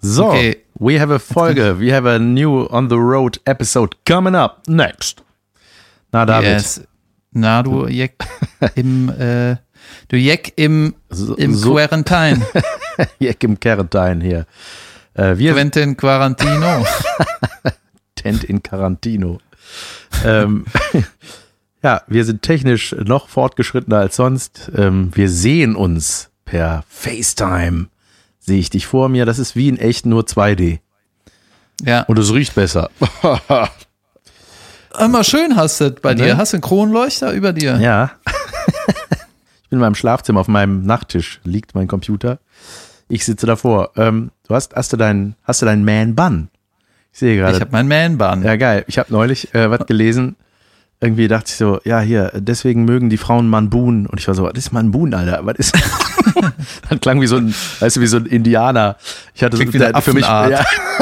So, okay. We have a Folge. We have a new on the road episode coming up next. Na, David. Yes. Na, du Jack im Quarantine. Jack im Quarantine hier. Quentin Quarantino. Tent in Quarantino. Ja, wir sind technisch noch fortgeschrittener als sonst. Wir sehen uns per FaceTime. Sehe ich dich vor mir. Das ist wie in echt nur 2D. Ja. Und es riecht besser. Immer schön hast du bei dir. Hast du einen Kronleuchter über dir? Ja. Ich bin in meinem Schlafzimmer. Auf meinem Nachttisch liegt mein Computer. Ich sitze davor. Hast du deinen Man-Bun? Ich sehe gerade. Ich habe meinen Man-Bun. Ja, geil. Ich habe neulich was gelesen. Irgendwie dachte ich so, ja, hier, deswegen mögen die Frauen Manbun. Und ich war so, was ist Manbun, Alter? Was ist? Das klang wie so ein, weißt du, wie so ein Indianer. Ich hatte so für mich, ja.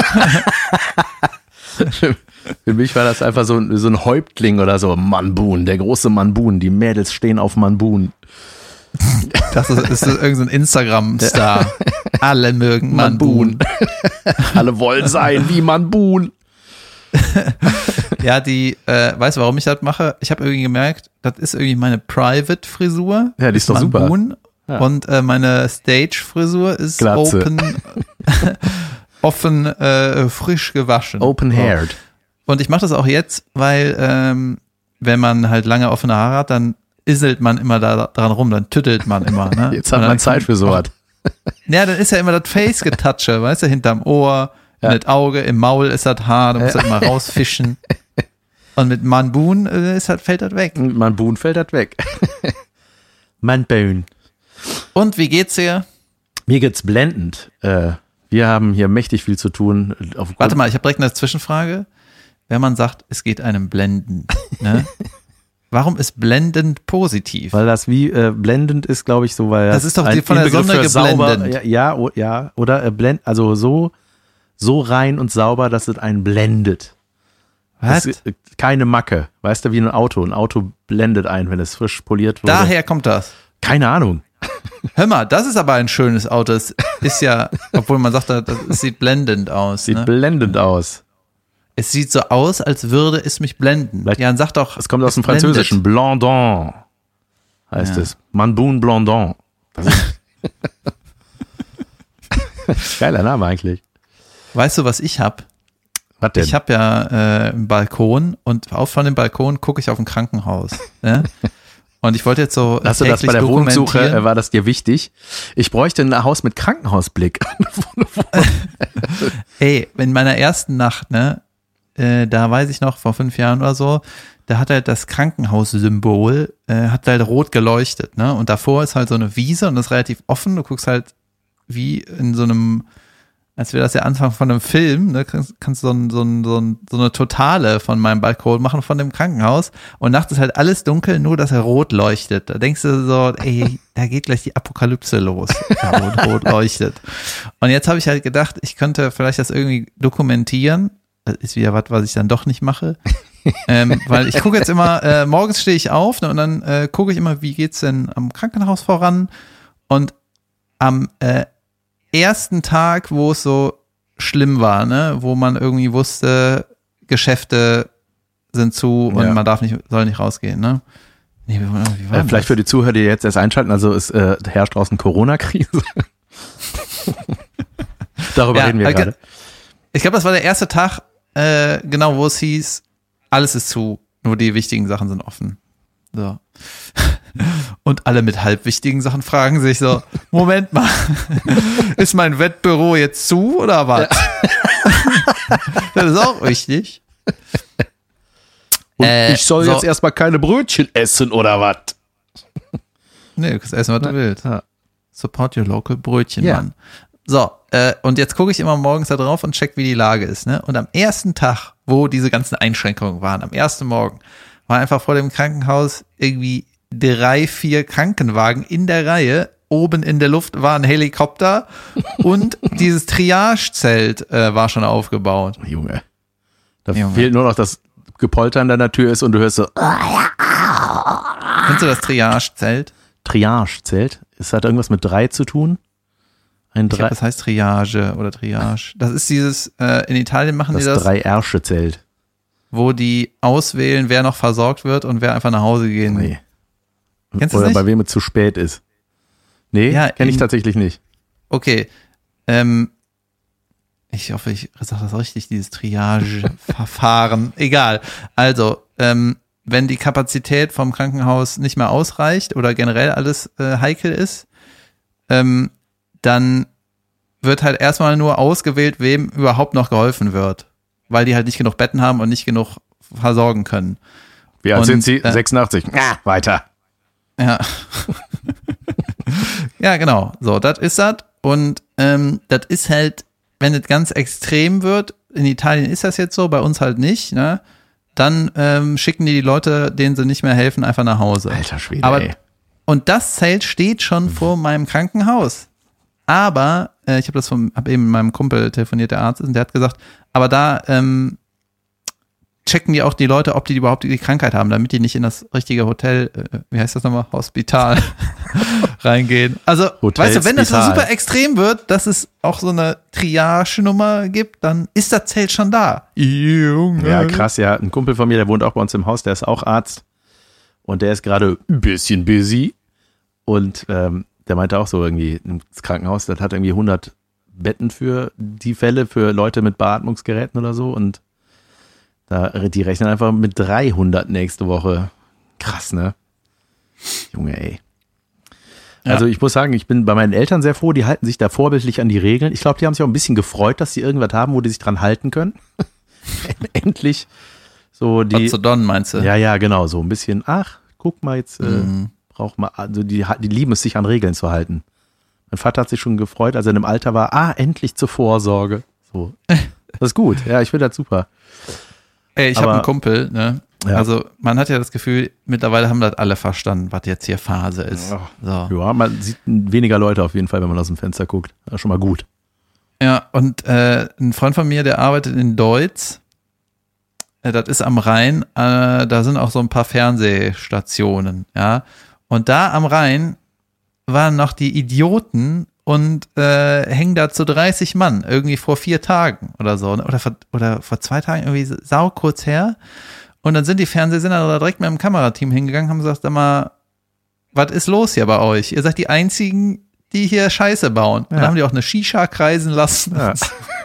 Für mich war das einfach so ein Häuptling oder so. Manbun, der große Manbun. Die Mädels stehen auf Manbun. Das ist irgendein so Instagram-Star. Alle mögen Manbun. Alle wollen sein wie Manbun. Ja, weißt du, warum ich das mache? Ich habe irgendwie gemerkt, das ist irgendwie meine Private-Frisur. Ja, die ist doch Manbun. Super. Ja. Und meine Stage-Frisur ist Glatze. offen, frisch gewaschen. Open-haired. Und ich mache das auch jetzt, weil wenn man halt lange offene Haare hat, dann isselt man immer da dran rum, dann tüttelt man immer. Ne? Jetzt hat man Zeit für sowas. Ja, dann ist ja immer das Face-Getatsche, weißt du, hinterm Ohr, ja. Mit Auge, im Maul ist das Haar, du musst das immer rausfischen. Und mit Manbun fällt das weg. Manbun fällt das weg. Manbun. Und wie geht's dir? Mir geht's blendend. Wir haben hier mächtig viel zu tun. Warte mal, ich habe direkt eine Zwischenfrage. Wenn man sagt, es geht einem blenden, ne? Warum ist blendend positiv? Weil das wie blendend ist, glaube ich, so, weil das ist doch von der Sonne geblendet. Ja, oder also so rein und sauber, dass es einen blendet. Was? Keine Macke. Weißt du, wie ein Auto. Ein Auto blendet ein, wenn es frisch poliert wurde. Daher kommt das. Keine Ahnung. Hör mal, das ist aber ein schönes Auto. Es ist ja, obwohl man sagt, es sieht blendend aus. Sieht blendend aus. Es sieht so aus, als würde es mich blenden. Vielleicht, ja, dann sag doch. Es kommt aus dem Französischen. Blondant heißt es. Manbun Blondant. Das ist geiler Name eigentlich. Weißt du, was ich hab? Was denn? Ich habe ja einen Balkon und von dem Balkon gucke ich auf ein Krankenhaus. Ne? Und ich wollte jetzt so hast du das bei der Wohnungssuche, war das dir wichtig? Ich bräuchte ein Haus mit Krankenhausblick. Ey, in meiner ersten Nacht, ne, da weiß ich noch, vor 5 Jahren oder so, da hat halt das Krankenhaussymbol, hat halt rot geleuchtet, ne, und davor ist halt so eine Wiese und das ist relativ offen, du guckst halt wie in so einem, als wäre das der Anfang von einem Film, ne, kannst so eine Totale von meinem Balkon machen von dem Krankenhaus und nachts ist halt alles dunkel, nur dass er rot leuchtet. Da denkst du so, ey, da geht gleich die Apokalypse los, da rot leuchtet. Und jetzt habe ich halt gedacht, ich könnte vielleicht das irgendwie dokumentieren. Das ist wieder was ich dann doch nicht mache. Weil ich gucke jetzt immer, morgens stehe ich auf, ne, und dann gucke ich immer, wie geht's denn am Krankenhaus voran, und am ersten Tag, wo es so schlimm war, ne, wo man irgendwie wusste, Geschäfte sind zu und man soll nicht rausgehen, ne? Nee, wie war vielleicht für die Zuhörer, die jetzt erst einschalten, also es herrscht draußen Corona-Krise. Darüber reden wir gerade. Ich glaube, das war der erste Tag, genau, wo es hieß, alles ist zu, nur die wichtigen Sachen sind offen. So. Und alle mit halbwichtigen Sachen fragen sich so, Moment mal, ist mein Wettbüro jetzt zu oder was? Ja. Das ist auch richtig. Und ich soll jetzt erstmal keine Brötchen essen oder was? Nee, du kannst essen, was du willst. Ja. Support your local Brötchen, Mann. So, und jetzt gucke ich immer morgens da drauf und check, wie die Lage ist, ne? Und am ersten Tag, wo diese ganzen Einschränkungen waren, am ersten Morgen, war einfach vor dem Krankenhaus irgendwie 3, 4 Krankenwagen in der Reihe. Oben in der Luft war ein Helikopter und dieses Triagezelt war schon aufgebaut. Junge. Da fehlt nur noch das Gepolter an deiner Tür ist und du hörst so. Kennst du das Triagezelt? Triagezelt? Ist das irgendwas mit 3 zu tun? Ein Ich glaube, das heißt Triage oder Triage. Das ist dieses, in Italien machen die das, 3-Ärsche-Zelt. wo die auswählen, wer noch versorgt wird und wer einfach nach Hause gehen. Nee. Kennst du Oder das bei nicht? wem es zu spät ist. Nee, Ja, kenne ich tatsächlich nicht. Okay. Ich hoffe, ich sage das richtig, dieses Triage-Verfahren. Egal. Also, wenn die Kapazität vom Krankenhaus nicht mehr ausreicht oder generell alles heikel ist, dann wird halt erstmal nur ausgewählt, wem überhaupt noch geholfen wird. Weil die halt nicht genug Betten haben und nicht genug versorgen können. Wie alt Und, sind Sie? 86. Weiter. Ja. Ja, genau. So, das ist das. Und das ist halt, wenn es ganz extrem wird, in Italien ist das jetzt so, bei uns halt nicht, ne? Dann schicken die Leute, denen sie nicht mehr helfen, einfach nach Hause. Alter Schwede, Aber, ey. und das Zelt steht schon vor meinem Krankenhaus. Aber, ich habe eben mit meinem Kumpel telefoniert, der Arzt ist, und der hat gesagt, aber da checken die auch die Leute, ob die überhaupt die Krankheit haben, damit die nicht in das richtige Hotel, wie heißt das nochmal, Hospital reingehen. Also, Hotel, weißt du, wenn das so Spital. super extrem wird, dass es auch so eine Triage-Nummer gibt, dann ist das Zelt schon da. Junge. Ja, krass, ja. Ein Kumpel von mir, der wohnt auch bei uns im Haus, der ist auch Arzt. Und der ist gerade ein bisschen busy. Und der meinte auch so irgendwie, das Krankenhaus, das hat irgendwie 100 Betten für die Fälle, für Leute mit Beatmungsgeräten oder so. Und die rechnen einfach mit 300 nächste Woche. Krass, ne? Junge, ey. Also ich muss sagen, ich bin bei meinen Eltern sehr froh, die halten sich da vorbildlich an die Regeln. Ich glaube, die haben sich auch ein bisschen gefreut, dass sie irgendwas haben, wo die sich dran halten können. Endlich. So die. Don, meinst du? Ja, genau, so ein bisschen, guck mal, jetzt braucht man, also die lieben es, sich an Regeln zu halten. Mein Vater hat sich schon gefreut, als er in einem Alter war, endlich zur Vorsorge. So. Das ist gut, ja, ich finde das super. Ey, ich habe einen Kumpel, ne? Ja. Also man hat ja das Gefühl, mittlerweile haben das alle verstanden, was jetzt hier Phase ist. So. Ja, man sieht weniger Leute auf jeden Fall, wenn man aus dem Fenster guckt. Das ist schon mal gut. Ja, und ein Freund von mir, der arbeitet in Deutz. Das ist am Rhein. Da sind auch so ein paar Fernsehstationen, ja. Und da am Rhein waren noch die Idioten und hängen da zu 30 Mann, irgendwie vor 4 Tagen oder so. Oder vor 2 Tagen, irgendwie sau kurz her. Und dann sind die Fernsehsender da direkt mit dem Kamerateam hingegangen, haben gesagt, sag mal, was ist los hier bei euch? Ihr seid die Einzigen, die hier Scheiße bauen. Und dann haben die auch eine Shisha kreisen lassen. Ja.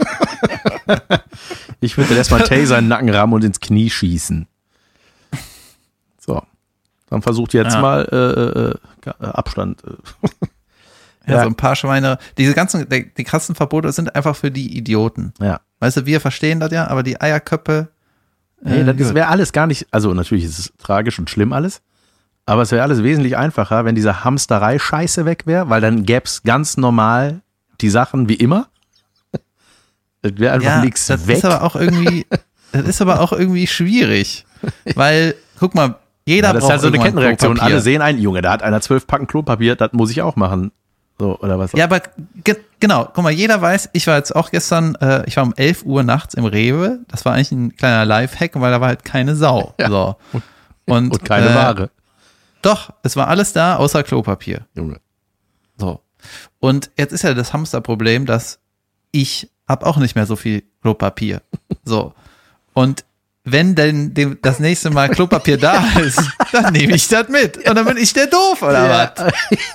Ich würde erstmal Taser in den Nacken rammen und ins Knie schießen. So. Dann versucht jetzt mal Abstand. Ja, so ein paar Schweine. Die krassen Verbote sind einfach für die Idioten. Ja. Weißt du, wir verstehen das ja, aber die Eierköpfe. Nee, das wäre alles gar nicht, also natürlich ist es tragisch und schlimm alles, aber es wäre alles wesentlich einfacher, wenn diese Hamsterei-Scheiße weg wäre, weil dann gäbe es ganz normal die Sachen wie immer. Es wäre einfach nichts weg. Das ist aber auch irgendwie schwierig, weil, guck mal, jeder das braucht ist halt so eine Kettenreaktion. Klopapier. Alle sehen einen, Junge, da hat einer 12 Packen Klopapier, das muss ich auch machen. So, oder was? Ja, aber genau, guck mal, jeder weiß, ich war jetzt auch gestern, ich war um 11 Uhr nachts im Rewe, das war eigentlich ein kleiner Lifehack, weil da war halt keine Sau. Ja. So. Und keine Ware. Doch, es war alles da, außer Klopapier. Junge. So. Und jetzt ist ja das Hamsterproblem, dass ich hab auch nicht mehr so viel Klopapier. So. Und wenn denn das nächste Mal Klopapier da ist, dann nehme ich das mit. Und dann bin ich der Doof, oder was?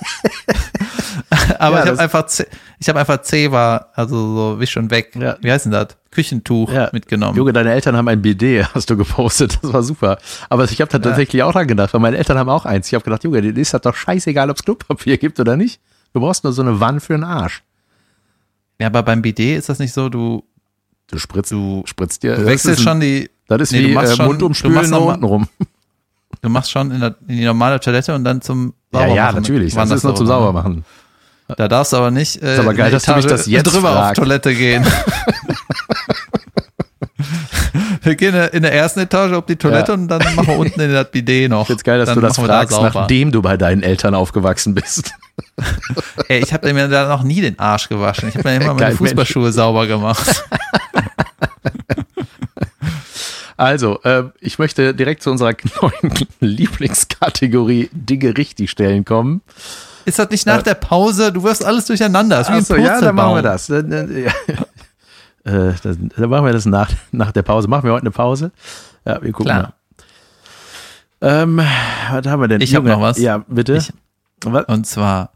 Aber ich habe einfach Zewa, also so Wisch und Weg. Ja. Wie heißt denn das? Küchentuch mitgenommen. Junge, deine Eltern haben ein BD, hast du gepostet. Das war super. Aber ich habe da tatsächlich auch dran gedacht, weil meine Eltern haben auch eins. Ich habe gedacht, Junge, dir ist das doch scheißegal, ob es Klopapier gibt oder nicht. Du brauchst nur so eine Wanne für den Arsch. Ja, aber beim BD ist das nicht so, du spritzt dir. Du wechselst schon die. Das ist wie Mund umspülen nur unten rum. Du machst schon in die normale Toilette und dann zum Saubermachen. Ja, natürlich. Das ist nur zum Saubermachen. Da darfst du aber nicht ist aber geil, dass du mich das jetzt drüber fragst. auf Toilette gehen. Wir gehen in der ersten Etage auf die Toilette und dann machen wir unten in das Bidet noch. Jetzt geil, dass dann du das fragst, da nachdem du bei deinen Eltern aufgewachsen bist. Ey, ich habe mir da noch nie den Arsch gewaschen. Ich habe mir immer meine Fußballschuhe sauber gemacht. Also, ich möchte direkt zu unserer neuen Lieblingskategorie Dinge richtig stellen kommen. Ist das nicht nach der Pause? Du wirfst alles durcheinander. Das ist wie ein Achso, ja, dann machen wir Purzelbaum. das. Dann machen wir das nach der Pause. Machen wir heute eine Pause? Ja, wir gucken Klar. mal. Was haben wir denn? Ich habe noch was. Ja, bitte. Was? Und zwar,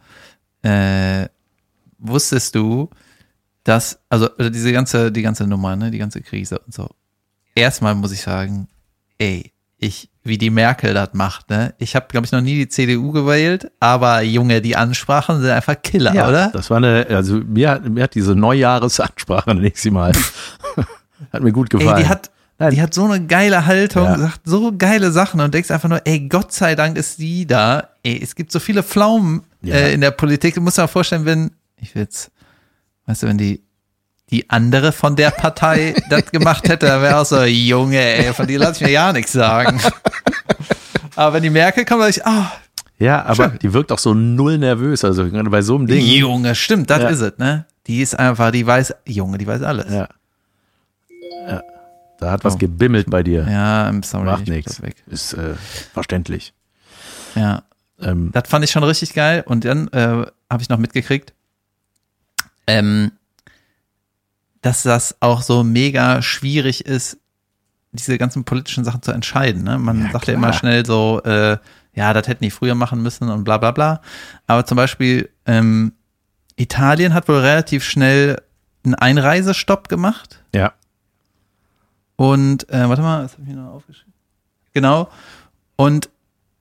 wusstest du, dass, also die ganze Nummer, ne, die ganze Krise und so. Erstmal muss ich sagen, ey, wie die Merkel das macht, ne? Ich habe, glaube ich, noch nie die CDU gewählt, aber Junge, die Ansprachen sind einfach Killer, Ja, oder? das war also mir hat diese Neujahresansprache nächstes Mal. Hat mir gut gefallen. Ey, die hat so eine geile Haltung, Ja. sagt so geile Sachen und denkst einfach nur, ey, Gott sei Dank ist die da. Ey, es gibt so viele Pflaumen Ja. in der Politik. Du musst dir mal vorstellen, wenn die andere von der Partei das gemacht hätte, dann wäre auch so, Junge, ey, von dir lasse ich mir ja nichts sagen. Aber wenn die Merkel kommt, dann ich, Ja, aber Schön. die wirkt auch so null nervös, also gerade bei so einem Ding. Junge, stimmt, das Ja. ist es, ne? Die ist einfach, die weiß alles. Ja. Da hat was gebimmelt bei dir. Ja, I'm sorry. Macht ich bin nichts. weg. Ist verständlich. Ja. Ähm, Das fand ich schon richtig geil. Und dann habe ich noch mitgekriegt, dass das auch so mega schwierig ist, diese ganzen politischen Sachen zu entscheiden. Ne? Man Ja, sagt ja klar. immer schnell so, ja, das hätten die früher machen müssen und bla bla bla. Aber zum Beispiel Italien hat wohl relativ schnell einen Einreisestopp gemacht. ja. Und, warte mal, das habe ich mir noch aufgeschrieben. Genau. Und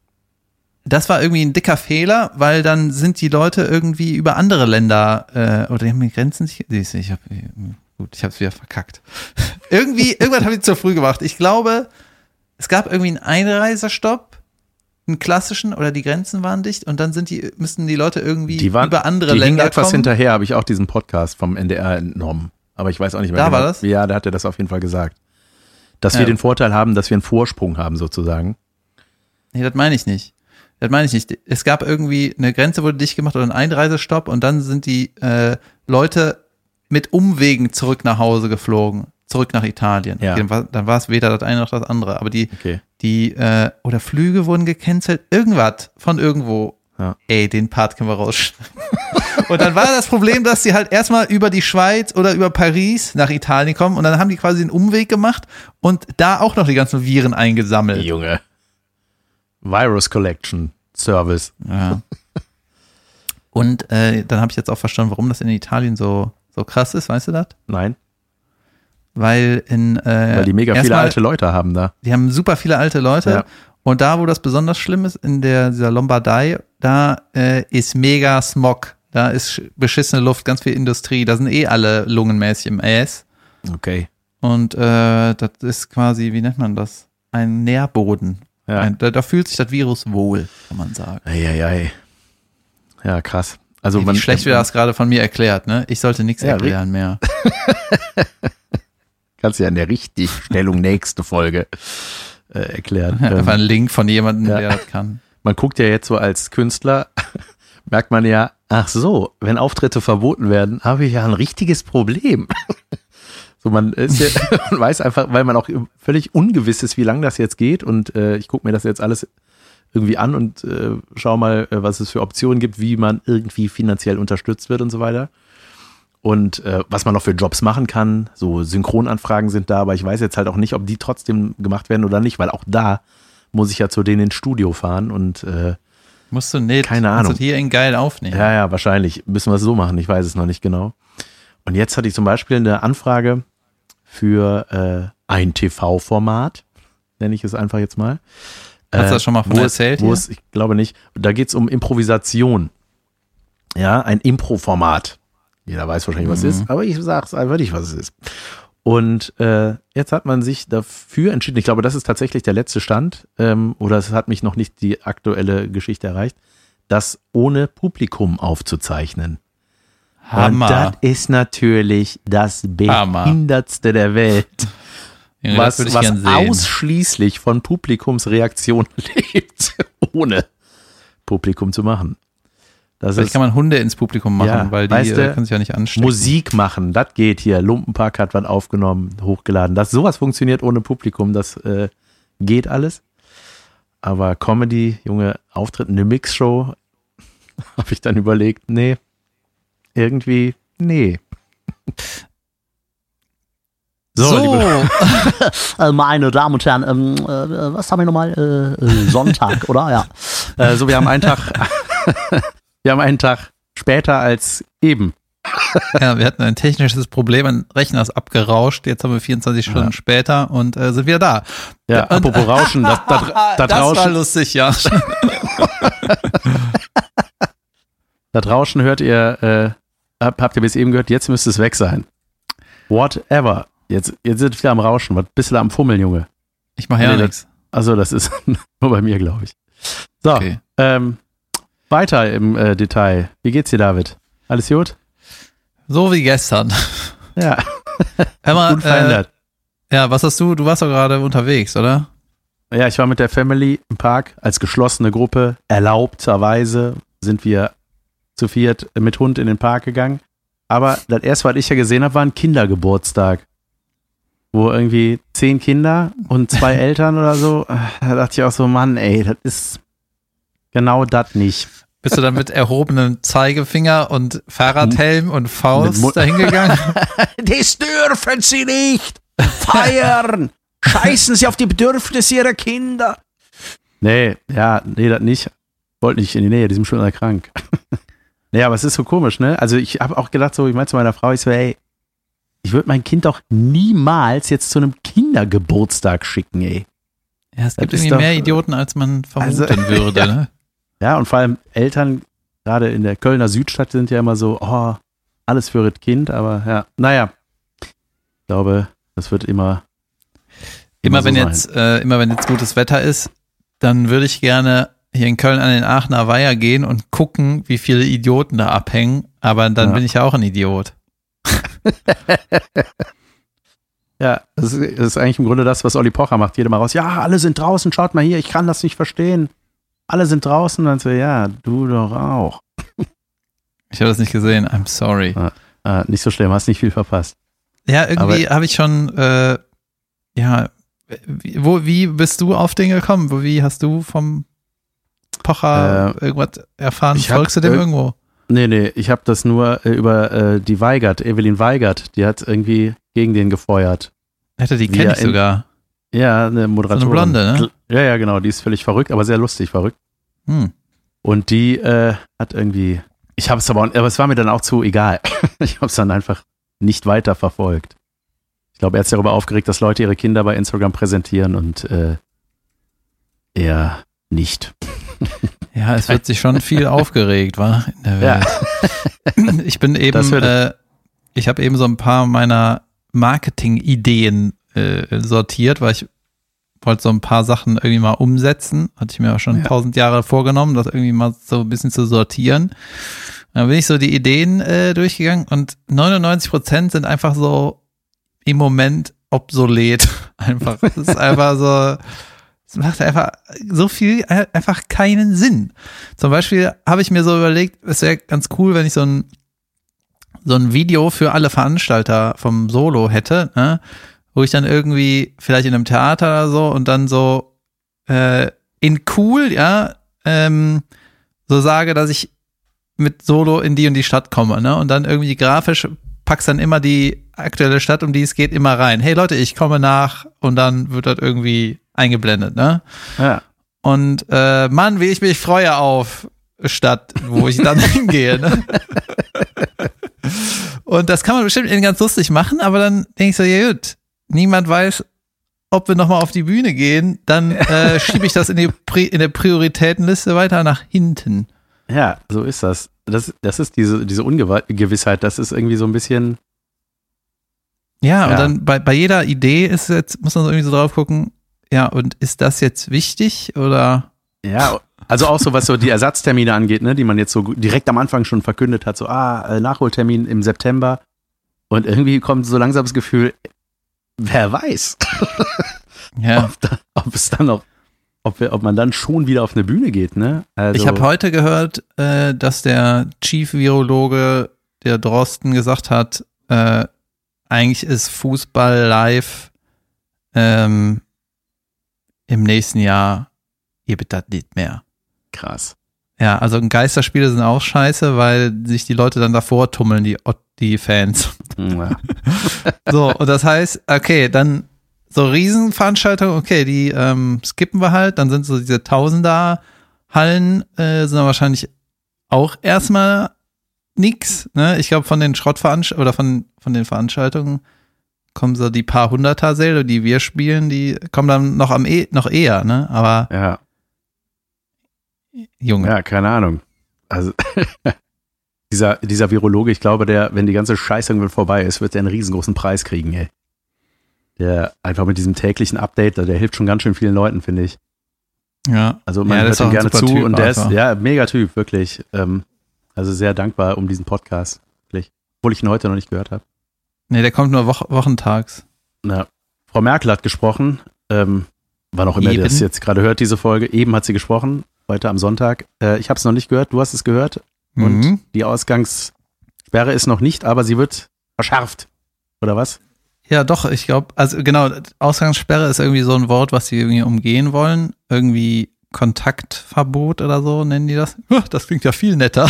das war irgendwie ein dicker Fehler, weil dann sind die Leute irgendwie über andere Länder, oder die haben die Grenzen sich, siehst du, ich habe es wieder verkackt. Irgendwas habe ich zu früh gemacht. Ich glaube, es gab irgendwie einen Einreisestopp, einen klassischen, oder die Grenzen waren dicht und dann müssten die Leute irgendwie über andere die Länder hingen etwas kommen. hinterher, habe ich auch diesen Podcast vom NDR entnommen. Aber ich weiß auch nicht mehr Da genau. war das? Ja, da hat er das auf jeden Fall gesagt. Dass Ja. wir den Vorteil haben, dass wir einen Vorsprung haben sozusagen. Nee, das meine ich nicht. Es gab irgendwie eine Grenze wurde dicht gemacht oder ein Einreisestopp und dann sind die Leute mit Umwegen zurück nach Hause geflogen, zurück nach Italien. Ja. Okay, dann war es weder das eine noch das andere. Aber Okay. oder Flüge wurden gecancelt, irgendwas von irgendwo. Ja. Ey, den Part können wir rausschneiden. Und dann war das Problem, dass sie halt erstmal über die Schweiz oder über Paris nach Italien kommen und dann haben die quasi einen Umweg gemacht und da auch noch die ganzen Viren eingesammelt. Junge. Virus Collection Service. Ja. Und dann habe ich jetzt auch verstanden, warum das in Italien so krass ist, weißt du das? Nein, Weil weil die mega viele erstmal- alte Leute haben da. Die haben super viele alte Leute. Ja. Und da, wo das besonders schlimm ist, in dieser Lombardei, da ist mega Smog. Da ist beschissene Luft, ganz viel Industrie. Da sind alle lungenmäßig im Ass. Okay. Und das ist quasi, wie nennt man das? Ein Nährboden. Ja. Da fühlt sich das Virus wohl, kann man sagen. Eieiei. Ja, krass. Also Wie schlecht wird das gerade von mir erklärt, ne? Ich sollte nichts Ja, erklären mehr. kannst du ja in der Richtigstellung nächste Folge erklären. Einfach ein Link von jemandem, ja. der das kann. Man guckt ja jetzt so als Künstler, merkt man ja, ach so, wenn Auftritte verboten werden, habe ich ja ein richtiges Problem. So, man ist ja, man weiß einfach, weil man auch völlig ungewiss ist, wie lange das jetzt geht und ich gucke mir das jetzt alles irgendwie an und schau mal, was es für Optionen gibt, wie man irgendwie finanziell unterstützt wird und so weiter. Und was man noch für Jobs machen kann, so Synchronanfragen sind da, aber ich weiß jetzt halt auch nicht, ob die trotzdem gemacht werden oder nicht, weil auch da muss ich ja zu denen ins Studio fahren und Musst du nicht. Keine Ahnung. Musst du hier in geil aufnehmen. ja, wahrscheinlich müssen wir es so machen, ich weiß es noch nicht genau. Und jetzt hatte ich zum Beispiel eine Anfrage für ein TV-Format, nenne ich es einfach jetzt mal. Hast du das schon mal von erzählt hier? Ich glaube nicht. Da geht es um Improvisation. Ja, ein Impro-Format. Jeder weiß wahrscheinlich, was es ist, aber ich sage es einfach nicht, was es ist. Und jetzt hat man sich dafür entschieden, ich glaube, das ist tatsächlich der letzte Stand, oder es hat mich noch nicht die aktuelle Geschichte erreicht, das ohne Publikum aufzuzeichnen. Hammer. Und das ist natürlich das Hammer. Behindertste der Welt, Junge, das was würde ich gern sehen. ausschließlich von Publikumsreaktion lebt, ohne Publikum zu machen. Das Vielleicht ist kann man Hunde ins Publikum machen, Ja, weil die weißt du, können sich ja nicht anstecken. Musik machen, das geht hier. Lumpenpark hat was aufgenommen, hochgeladen. Sowas funktioniert ohne Publikum, das geht alles. Aber Comedy, Junge, Auftritt, eine Mixshow, habe ich dann überlegt, nee, irgendwie, nee. So. Meine Damen und Herren, was haben wir nochmal? Sonntag, oder? Ja. Wir haben einen Tag später als eben. Ja, wir hatten ein technisches Problem, ein Rechner ist abgerauscht, jetzt haben wir 24 Stunden später und sind wieder da. Ja, und, apropos Rauschen, das das Rauschen. war lustig, ja. Das Rauschen hört ihr, habt ihr bis eben gehört, jetzt müsste es weg sein. Whatever. Jetzt sind wir wieder am Rauschen. Was bist du da am Fummeln, Junge? Ich mache ja nichts. Also das ist nur bei mir, glaube ich. So, okay. Weiter im Detail. Wie geht's dir, David? Alles gut? So wie gestern. Ja. Unverändert. Ja, was hast du? Du warst doch gerade unterwegs, oder? Ja, ich war mit der Family im Park als geschlossene Gruppe. Erlaubterweise sind wir zu viert mit Hund in den Park gegangen. Aber das erste, was ich ja gesehen habe, war ein Kindergeburtstag. Wo irgendwie 10 Kinder und 2 Eltern oder so. Da dachte ich auch so, Mann, ey, das ist genau das nicht. Bist du dann mit erhobenem Zeigefinger und Fahrradhelm und Faust dahin gegangen? Das dürfen sie nicht feiern. Scheißen sie auf die Bedürfnisse ihrer Kinder. Nee, das nicht. Wollte nicht in die Nähe, die sind schon krank. Nee, aber es ist so komisch, ne? Also ich habe auch gedacht so, ich meinte zu meiner Frau, ich so, ey, ich würde mein Kind doch niemals jetzt zu einem Kindergeburtstag schicken, ey. Ja, es gibt irgendwie mehr Idioten, als man vermuten würde, ne? Ja, und vor allem Eltern, gerade in der Kölner Südstadt, sind ja immer so, oh, alles für das Kind, aber ja, naja. Ich glaube, das wird immer wenn so jetzt gutes Wetter ist, dann würde ich gerne hier in Köln an den Aachener Weiher gehen und gucken, wie viele Idioten da abhängen, aber dann bin ich ja auch ein Idiot. Ja, das ist eigentlich im Grunde das, was Olli Pocher macht. Jeder mal raus, ja, alle sind draußen, schaut mal hier, ich kann das nicht verstehen. Alle sind draußen, dann so, ja, du doch auch. Ich habe das nicht gesehen, I'm sorry. Nicht so schlimm, hast nicht viel verpasst. Ja, irgendwie habe ich schon, wie bist du auf den gekommen? Wie hast du vom Pocher irgendwas erfahren? Folgst du dem irgendwo? Nee, ich habe das nur über die Evelyn Weigert, die hat irgendwie gegen den gefeuert. Die kenne ich sogar. Ja, eine Moderatorin. So eine Blonde, ne? Ja, genau, die ist völlig verrückt, aber sehr lustig verrückt. Und die hat irgendwie, aber es war mir dann auch zu egal. Ich habe es dann einfach nicht weiter verfolgt. Ich glaube, er hat sich darüber aufgeregt, dass Leute ihre Kinder bei Instagram präsentieren und er nicht. Ja, es wird sich schon viel aufgeregt, war in der Welt. Ja. Ich bin eben, ich habe eben so ein paar meiner Marketing-Ideen sortiert, weil ich wollte so ein paar Sachen irgendwie mal umsetzen. Hatte ich mir auch schon 1000 Jahre vorgenommen, das irgendwie mal so ein bisschen zu sortieren. Dann bin ich so die Ideen durchgegangen und 99% sind einfach so im Moment obsolet. Einfach. Es ist einfach so, es macht einfach so viel, einfach keinen Sinn. Zum Beispiel habe ich mir so überlegt, es wäre ganz cool, wenn ich so ein Video für alle Veranstalter vom Solo hätte, ne? Wo ich dann irgendwie vielleicht in einem Theater oder so und dann so in cool, so sage, dass ich mit Solo in die und die Stadt komme, ne? Und dann irgendwie grafisch packst dann immer die aktuelle Stadt, um die es geht, immer rein. Hey Leute, ich komme nach und dann wird das irgendwie eingeblendet, ne? Ja. Und Mann, wie ich mich freue auf Stadt, wo ich dann hingehe, ne? Und das kann man bestimmt ganz lustig machen, aber dann denke ich so, ja gut, niemand weiß, ob wir nochmal auf die Bühne gehen, dann schiebe ich das in der Prioritätenliste weiter nach hinten. Ja, so ist das. Das ist diese Ungewissheit, das ist irgendwie so ein bisschen. Ja, und dann bei jeder Idee muss man so irgendwie so drauf gucken, ja, und ist das jetzt wichtig oder? Ja, also auch so, was so die Ersatztermine angeht, ne, die man jetzt so direkt am Anfang schon verkündet hat, so, Nachholtermin im September. Und irgendwie kommt so langsam das Gefühl, wer weiß, ob man dann schon wieder auf eine Bühne geht, ne? Also, ich habe heute gehört, dass der Chief-Virologe, der Drosten, gesagt hat, eigentlich ist Fußball live im nächsten Jahr, ihr bitte das nicht mehr. Krass. Ja, also Geisterspiele sind auch scheiße, weil sich die Leute dann davor tummeln, die Fans. Ja. So, und das heißt, okay, dann so Riesenveranstaltungen, okay, die skippen wir halt, dann sind so diese Tausender-Hallen, sind dann wahrscheinlich auch erstmal nix, ne? Ich glaube, von den Schrottveranstaltungen oder von den Veranstaltungen kommen so die paar Hunderter-Säle, die wir spielen, die kommen dann noch noch eher, ne? Aber Ja. Junge. Ja, keine Ahnung. Also dieser Virologe, ich glaube, wenn die ganze Scheiße irgendwann vorbei ist, wird er einen riesengroßen Preis kriegen, ey. Der einfach mit diesem täglichen Update, der hilft schon ganz schön vielen Leuten, finde ich. Ja. Also man Ja, hört ihm gerne zu Typ und der einfach. ist, ja, mega Typ, wirklich. Also sehr dankbar um diesen Podcast, wirklich. Obwohl ich ihn heute noch nicht gehört habe. Nee, der kommt nur wochentags. Na, Frau Merkel hat gesprochen, wann auch immer ihr das jetzt gerade hört, diese Folge. Eben hat sie gesprochen, heute am Sonntag. Ich habe es noch nicht gehört, du hast es gehört. Und die Ausgangssperre ist noch nicht, aber sie wird verschärft. Oder was? Ja, doch, ich glaube, also genau, Ausgangssperre ist irgendwie so ein Wort, was sie irgendwie umgehen wollen. Irgendwie Kontaktverbot oder so nennen die das. Das klingt ja viel netter.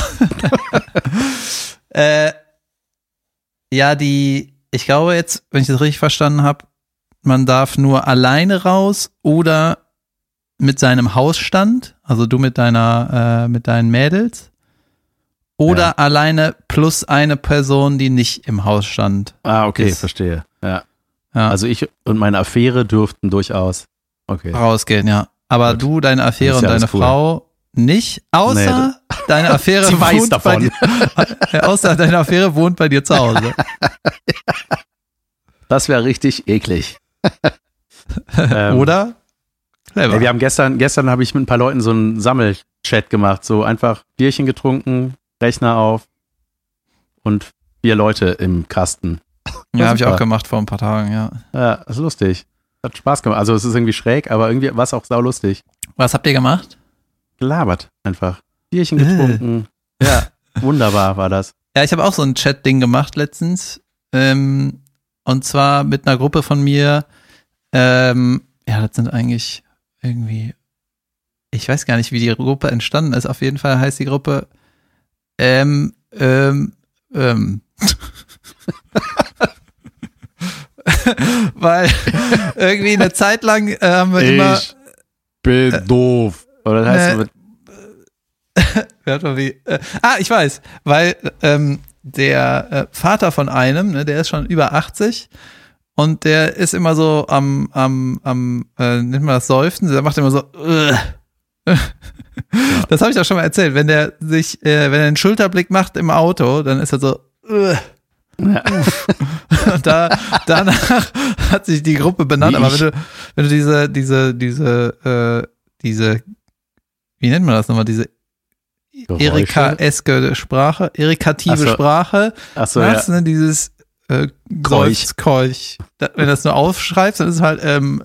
Ja, ich glaube jetzt, wenn ich das richtig verstanden habe, man darf nur alleine raus oder mit seinem Hausstand, also du mit deinen Mädels, oder alleine plus eine Person, die nicht im Haus stand. Ah, okay, ist. verstehe. Ja. Ja. Also ich und meine Affäre dürften durchaus. Okay. Rausgehen, ja. Aber Gut. du, deine Affäre Das ist und ja deine alles cool. Frau nicht, außer deine Affäre Sie weiß davon. außer deine Affäre wohnt bei dir zu Hause. Das wäre richtig eklig. Oder? Clever. Ey, wir haben gestern habe ich mit ein paar Leuten so einen Sammelchat gemacht, so einfach Bierchen getrunken, Rechner auf und 4 Leute im Kasten. Ja, habe ich super. auch gemacht vor ein paar Tagen, ja. Ja, ist lustig. Hat Spaß gemacht. Also es ist irgendwie schräg, aber irgendwie war es auch saulustig. Was habt ihr gemacht? Gelabert einfach. Bierchen getrunken. Ja, wunderbar war das. Ja, ich habe auch so ein Chat-Ding gemacht letztens. Und zwar mit einer Gruppe von mir. Ja, das sind eigentlich irgendwie, ich weiß gar nicht, wie die Gruppe entstanden ist. Auf jeden Fall heißt die Gruppe weil irgendwie eine Zeit lang haben wir immer. Bin doof. Oder das heißt mit Hört mal wie. Ich weiß, weil der Vater von einem, ne, der ist schon über 80 und der ist immer so nennt man das Seufzen, der macht immer so. Das habe ich auch schon mal erzählt. Wenn er einen Schulterblick macht im Auto, dann ist er so. Ja. Und danach hat sich die Gruppe benannt. Wie Aber ich. wenn du diese, wie nennt man das nochmal, diese Geräusche? Erika-eske Sprache, erikative Ach so. Sprache, Achso, machst, ja. ne, dieses Keuch. Wenn du das nur aufschreibst, dann ist es halt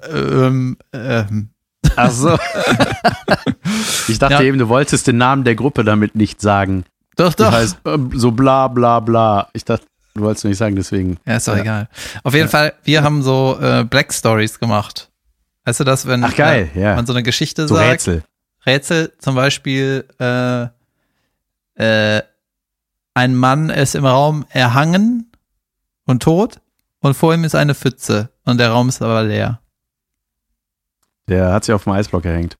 Ach so. Ich dachte Ja. eben, du wolltest den Namen der Gruppe damit nicht sagen. Doch. Die heißt so bla bla bla. Ich dachte, du wolltest nicht sagen, deswegen. Ja, ist doch egal. Auf jeden Fall, wir haben so Black Stories gemacht. Weißt du das, wenn Ach geil, ja. man so eine Geschichte So sagt? Rätsel. Rätsel, zum Beispiel, ein Mann ist im Raum erhangen und tot und vor ihm ist eine Pfütze und der Raum ist aber leer. Der hat sich auf dem Eisblock gehängt.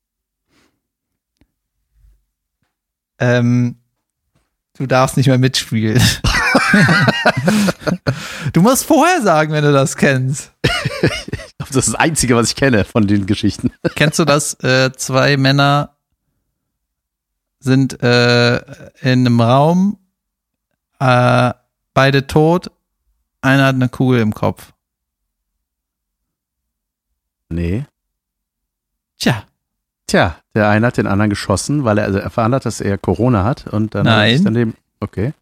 Du darfst nicht mehr mitspielen. Du musst vorher sagen, wenn du das kennst. Das ist das Einzige, was ich kenne von den Geschichten. Kennst du das? 2 Männer sind in einem Raum, beide tot, einer hat eine Kugel im Kopf. Nee. Tja, Tja, der eine hat den anderen geschossen, weil er erfahren hat, dass er Corona hat und dann hat er sich Nein. daneben. Okay.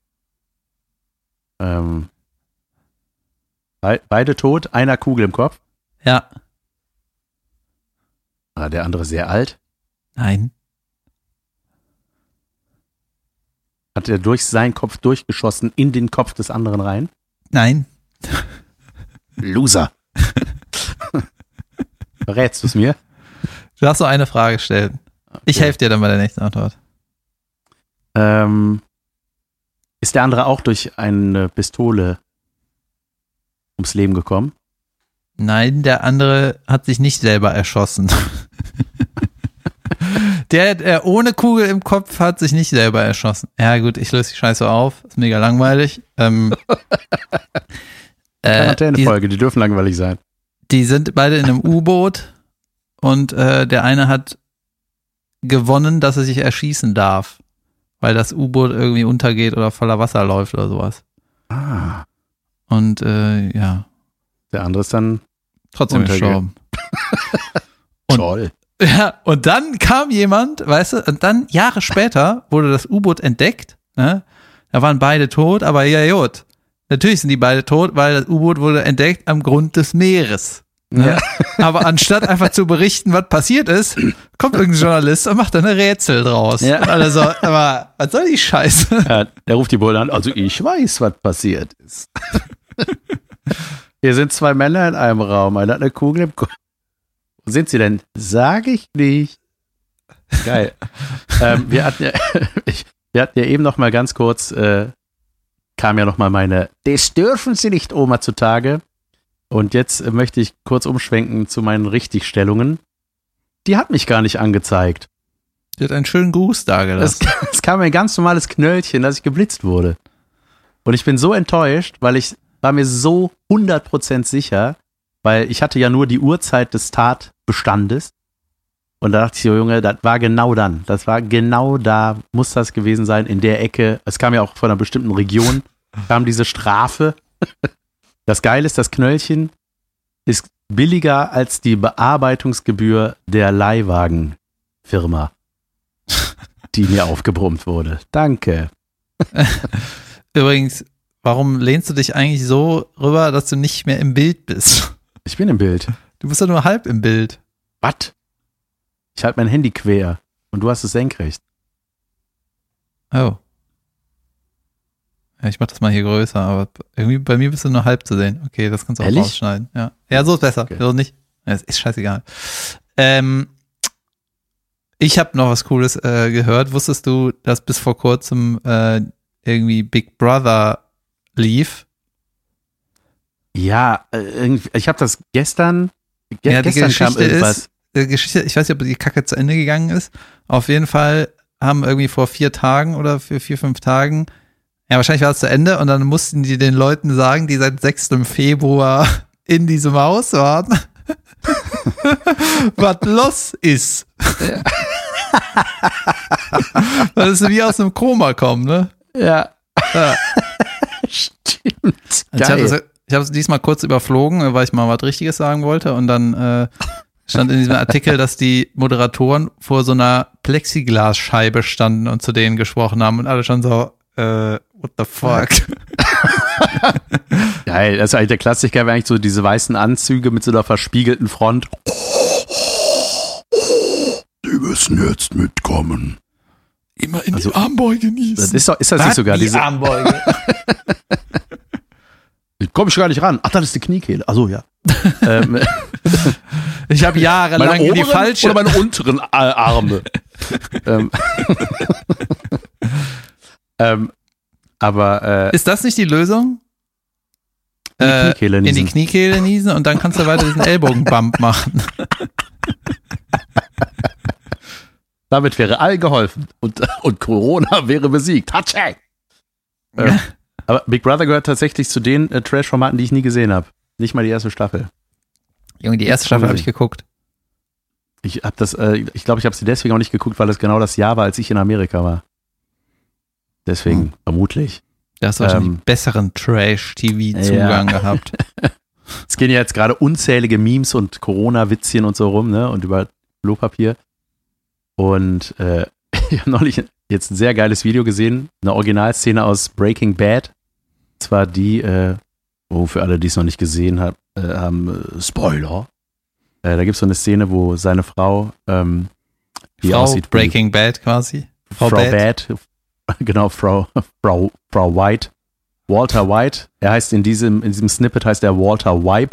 Beide tot, einer Kugel im Kopf. ja, Der andere sehr alt. nein. Hat er durch seinen Kopf durchgeschossen in den Kopf des anderen rein. Nein. Loser. Verrätst du es mir? Du darfst nur eine Frage stellen. Ich helfe dir dann bei der nächsten Antwort. Ist der andere auch durch eine Pistole ums Leben gekommen? Nein, der andere hat sich nicht selber erschossen. Der ohne Kugel im Kopf hat sich nicht selber erschossen. Ja gut, ich löse die Scheiße auf. Ist mega langweilig. Quarantäne-Folge, die dürfen langweilig sein. Die sind beide in einem U-Boot und der eine hat gewonnen, dass er sich erschießen darf, weil das U-Boot irgendwie untergeht oder voller Wasser läuft oder sowas. Ah. Und ja. Der andere ist dann Trotzdem gestorben. Toll. Ja, und dann kam jemand, weißt du, und dann Jahre später wurde das U-Boot entdeckt, ne? Da waren beide tot, aber ja gut. Natürlich sind die beide tot, weil das U-Boot wurde entdeckt am Grund des Meeres. Ne? Ja. Aber anstatt einfach zu berichten, was passiert ist, kommt irgendein Journalist und macht dann ein Rätsel draus. Ja. Und alle so, aber was soll die Scheiße? Ja, der ruft die Bullen an, also ich weiß, was passiert ist. Hier sind 2 Männer in einem Raum, einer hat eine Kugel im Kopf. Wo sind sie denn? Sag ich nicht. Geil. Wir hatten ja eben noch mal ganz kurz, kam ja noch mal meine "Das dürfen Sie nicht" Oma zutage. Und jetzt möchte ich kurz umschwenken zu meinen Richtigstellungen. Die hat mich gar nicht angezeigt. Die hat einen schönen Gruß dagelassen. Es kam ein ganz normales Knöllchen, dass ich geblitzt wurde. Und ich bin so enttäuscht, weil ich war mir so 100% sicher, weil ich hatte ja nur die Uhrzeit des Tatbestandes. Und da dachte ich so, Junge, das war genau dann. Das war genau da, muss das gewesen sein, in der Ecke. Es kam ja auch von einer bestimmten Region, kam diese Strafe. Das Geile ist, das Knöllchen ist billiger als die Bearbeitungsgebühr der Leihwagenfirma, die mir aufgebrummt wurde. Danke. Übrigens, warum lehnst du dich eigentlich so rüber, dass du nicht mehr im Bild bist? Ich bin im Bild. Du bist doch nur halb im Bild. Was? Ich halte mein Handy quer und du hast es senkrecht. Oh. Ja, ich mach das mal hier größer, aber irgendwie bei mir bist du nur halb zu sehen. Okay, das kannst du auch rausschneiden. Ja, so ist besser. Okay. So nicht. Ja, ist scheißegal. Ich habe noch was Cooles gehört. Wusstest du, dass bis vor kurzem irgendwie Big Brother lief? Ja, ich habe das gestern gestern kam irgendwas. Geschichte, ich weiß nicht, ob die Kacke zu Ende gegangen ist. Auf jeden Fall haben irgendwie vor 4 Tagen oder für 4, 5 Tagen, ja, wahrscheinlich war es zu Ende und dann mussten die den Leuten sagen, die seit 6. Februar in diesem Haus waren, was los ist. Ja. Das ist wie aus einem Koma kommen, ne? Ja. Stimmt. Ich habe es diesmal kurz überflogen, weil ich mal was Richtiges sagen wollte und dann stand in diesem Artikel, dass die Moderatoren vor so einer Plexiglasscheibe standen und zu denen gesprochen haben und alle schon so, what the fuck? Geil, das ist eigentlich der Klassiker, wäre eigentlich so diese weißen Anzüge mit so einer verspiegelten Front. Die müssen jetzt mitkommen. Immer in die Armbeuge niesen. Ist das nicht sogar diese Armbeuge? Komm ich gar nicht ran. Ach, das ist die Kniekehle. Achso, ja. Ich habe jahrelang in die falsche oder meine unteren Arme. Aber ist das nicht die Lösung? In die Kniekehle niesen und dann kannst du weiter diesen Ellbogenbump machen. Damit wäre allen geholfen und Corona wäre besiegt. Hatschek! Aber Big Brother gehört tatsächlich zu den Trash-Formaten, die ich nie gesehen habe. Nicht mal die erste Staffel. Junge, die erste Staffel habe ich geguckt. Ich glaube, ich habe sie deswegen auch nicht geguckt, weil das genau das Jahr war, als ich in Amerika war. Deswegen, vermutlich. Da hast du wahrscheinlich einen besseren Trash-TV-Zugang gehabt. Es gehen ja jetzt gerade unzählige Memes und Corona-Witzchen und so rum, ne? Und über Klopapier. Und ich habe neulich jetzt ein sehr geiles Video gesehen, eine Originalszene aus Breaking Bad. Und zwar die, für alle, die es noch nicht gesehen haben, Spoiler. Da gibt es so eine Szene, wo seine Frau, die Frau aussieht Breaking Bad quasi. Frau Bad. Genau, Frau White. Walter White. Er heißt in diesem Snippet heißt er Walter Wipe.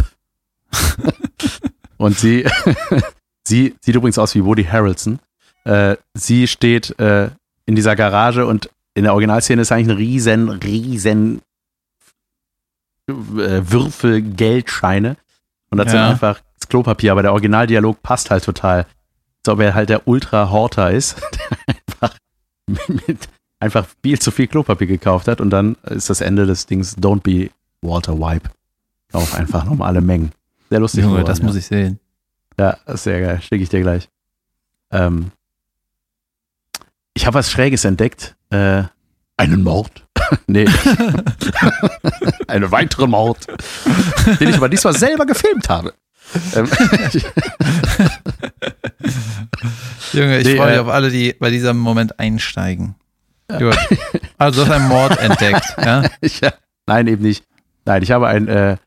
Und sie sieht übrigens aus wie Woody Harrelson. Sie steht in dieser Garage und in der Originalszene ist eigentlich ein riesen Würfel Geldscheine und dazu einfach das Klopapier, aber der Originaldialog passt halt total. Als ob er halt der Ultra-Horter ist, der einfach viel zu viel Klopapier gekauft hat und dann ist das Ende des Dings Don't be Walter Wipe. Auch einfach normale Mengen. Sehr lustig. Junge, das muss ich sehen. Ja, das ist sehr geil. Schicke ich dir gleich. Ich habe was Schräges entdeckt. Einen Mord? Nee. Einen weiteren Mord. Den ich aber diesmal selber gefilmt habe. Junge, ich freue mich auf alle, die bei diesem Moment einsteigen. Gut. Also du hast einen Mord entdeckt, ja? Nein, eben nicht. Nein, ich habe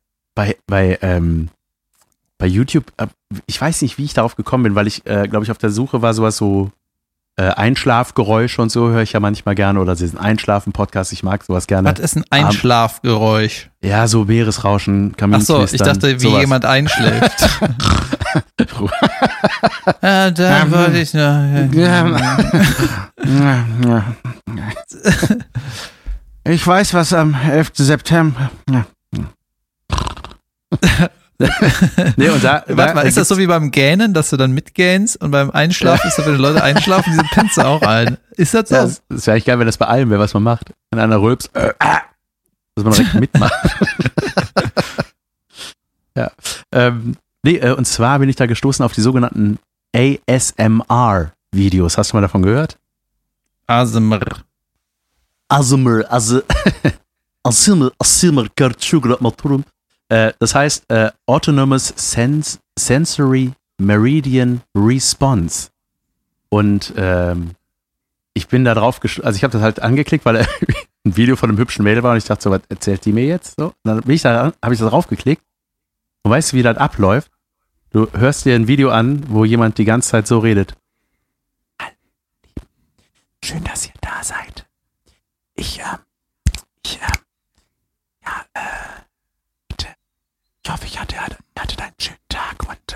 bei YouTube, ich weiß nicht, wie ich darauf gekommen bin, weil ich, glaube ich, auf der Suche war, sowas so Einschlafgeräusche und so höre ich ja manchmal gerne oder diesen Einschlafen-Podcast, ich mag sowas gerne. Was ist ein Einschlafgeräusch? Ja, so Meeresrauschen, Kaminknistern. Achso, ich dachte, wie sowas. Jemand einschläft. Ja, da wollte ich noch. Ich weiß, was am 11. September. Nee, und warte mal, ist das so wie beim Gähnen, dass du dann mitgähnst und beim Einschlafen ist so, wenn die Leute einschlafen, diese pennst du auch ein. Ist das so? Ja, das wäre eigentlich geil, wenn das bei allem wäre, was man macht. Wenn einer rülpst, dass man direkt mitmacht. Ja. Und zwar bin ich da gestoßen auf die sogenannten ASMR-Videos. Hast du mal davon gehört? ASMR. Das heißt Autonomous Sensory Meridian Response. Und ich bin da drauf, also ich habe das halt angeklickt, weil ein Video von einem hübschen Mädel war und ich dachte so, was erzählt die mir jetzt? So, und dann habe ich da drauf geklickt und weißt du, wie das abläuft? Du hörst dir ein Video an, wo jemand die ganze Zeit so redet. Schön, dass ihr da seid. Ich hoffe, ihr hattet einen schönen Tag und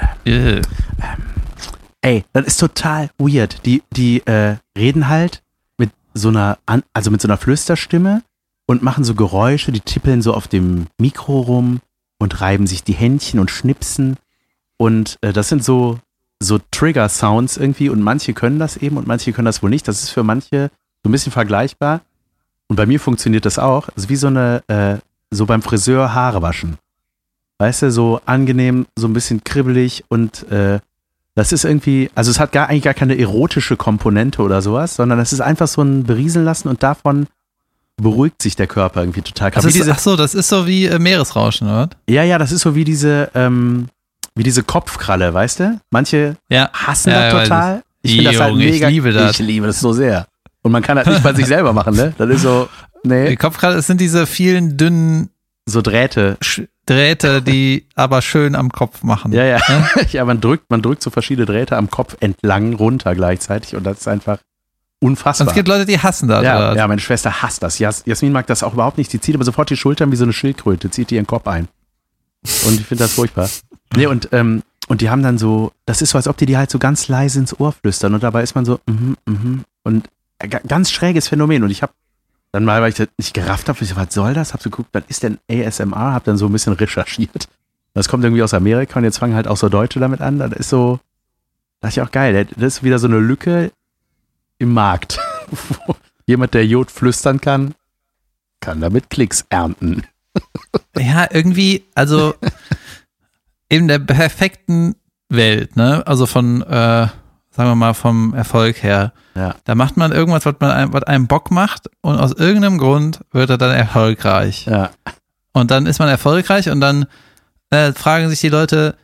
ey, das ist total weird. Die reden halt mit so einer Flüsterstimme und machen so Geräusche, die tippeln so auf dem Mikro rum und reiben sich die Händchen und schnipsen und das sind so Trigger-Sounds irgendwie und manche können das eben und manche können das wohl nicht. Das ist für manche so ein bisschen vergleichbar und bei mir funktioniert das auch. Also wie so beim Friseur Haare waschen. Weißt du, so angenehm, so ein bisschen kribbelig und das ist irgendwie, also es hat eigentlich gar keine erotische Komponente oder sowas, sondern das ist einfach so ein Berieseln lassen und davon beruhigt sich der Körper irgendwie total. Das ist so wie Meeresrauschen, oder? Ja, das ist so wie diese Kopfkralle, weißt du? Manche hassen das total. Ich finde das halt mega. Ich liebe das so sehr. Und man kann das nicht bei sich selber machen, ne? Das ist so, nee. Die Kopfkralle, es sind diese vielen dünnen so Drähte, die aber schön am Kopf machen. Ja. Ja, man drückt so verschiedene Drähte am Kopf entlang runter gleichzeitig und das ist einfach unfassbar. Und es gibt Leute, die hassen das. Ja, meine Schwester hasst das. Jasmin mag das auch überhaupt nicht. Sie zieht aber sofort die Schultern wie so eine Schildkröte, zieht die ihren Kopf ein. Und ich finde das furchtbar. Nee, und die haben dann so, das ist so, als ob die halt so ganz leise ins Ohr flüstern und dabei ist man so, und ganz schräges Phänomen. Und ich habe dann mal, weil ich das nicht gerafft habe, was soll das? Hab so geguckt, was ist denn ASMR? Hab dann so ein bisschen recherchiert. Das kommt irgendwie aus Amerika und jetzt fangen halt auch so Deutsche damit an. Das ist so, dachte ich auch geil. Das ist wieder so eine Lücke im Markt. Wo jemand, der Jod flüstern kann damit Klicks ernten. Ja, irgendwie, also in der perfekten Welt, ne? Also von, sagen wir mal, vom Erfolg her. Ja. Da macht man irgendwas, was einem Bock macht und aus irgendeinem Grund wird er dann erfolgreich. Ja. Und dann ist man erfolgreich und dann fragen sich die Leute,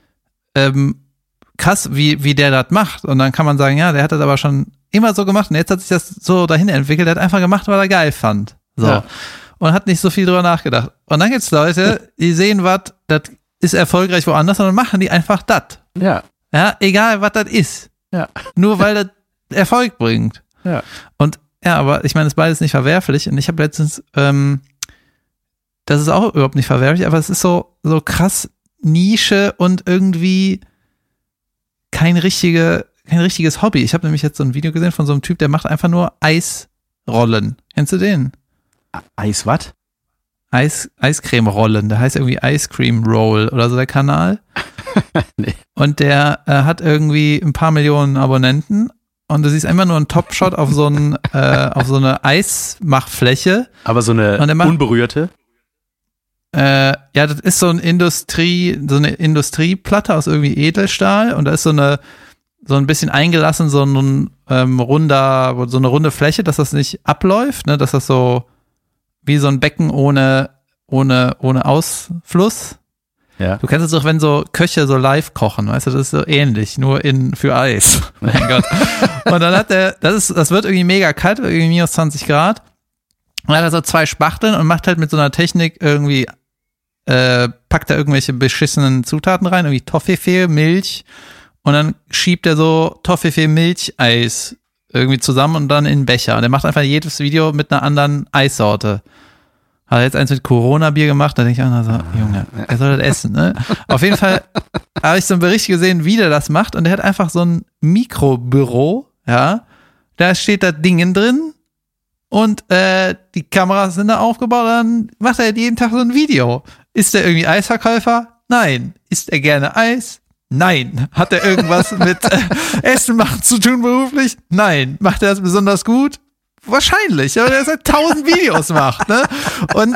krass, wie der das macht. Und dann kann man sagen, ja, der hat das aber schon immer so gemacht und jetzt hat sich das so dahin entwickelt. Der hat einfach gemacht, weil er geil fand. So. Ja. Und hat nicht so viel drüber nachgedacht. Und dann gibt's Leute, die sehen was, das ist erfolgreich woanders und dann machen die einfach das. Ja. Ja, egal was das ist. Ja. Nur weil das Erfolg bringt. Ja. Und ja, aber ich meine, es ist beides nicht verwerflich. Und ich habe letztens, das ist auch überhaupt nicht verwerflich, aber es ist so krass Nische und irgendwie kein richtiges Hobby. Ich habe nämlich jetzt so ein Video gesehen von so einem Typ, der macht einfach nur Eis Eisrollen. Kennst du den? Eis was? Eiscreme-Rollen. Der heißt irgendwie Ice Cream Roll oder so der Kanal. Nee. Und der hat irgendwie ein paar Millionen Abonnenten. Und du siehst immer nur einen Top-Shot auf so eine Eismachfläche. Aber so eine unberührte? Ja, das ist so eine Industrieplatte aus irgendwie Edelstahl und da ist so ein bisschen eingelassen, so eine runde Fläche, dass das nicht abläuft, ne, dass das so wie so ein Becken ohne Ausfluss. Ja. Du kennst es doch, wenn so Köche so live kochen, weißt du, das ist so ähnlich, nur für Eis. Mein Gott. Und dann hat das wird irgendwie mega kalt, irgendwie minus 20 Grad. Und dann hat er so 2 Spachteln und macht halt mit so einer Technik irgendwie, packt er irgendwelche beschissenen Zutaten rein, irgendwie Toffifee, Milch. Und dann schiebt er so Toffifee, Milcheis irgendwie zusammen und dann in den Becher. Und er macht einfach jedes Video mit einer anderen Eissorte. Hat er jetzt eins mit Corona-Bier gemacht, da denke ich auch so, Junge, er soll das essen, ne? Auf jeden Fall habe ich so einen Bericht gesehen, wie der das macht und der hat einfach so ein Mikrobüro, ja, da steht da Dingen drin und die Kameras sind da aufgebaut, dann macht er jeden Tag so ein Video. Ist er irgendwie Eisverkäufer? Nein. Isst er gerne Eis? Nein. Hat er irgendwas mit Essen machen zu tun beruflich? Nein. Macht er das besonders gut? Wahrscheinlich, weil er seit 1000 Videos macht, ne? Und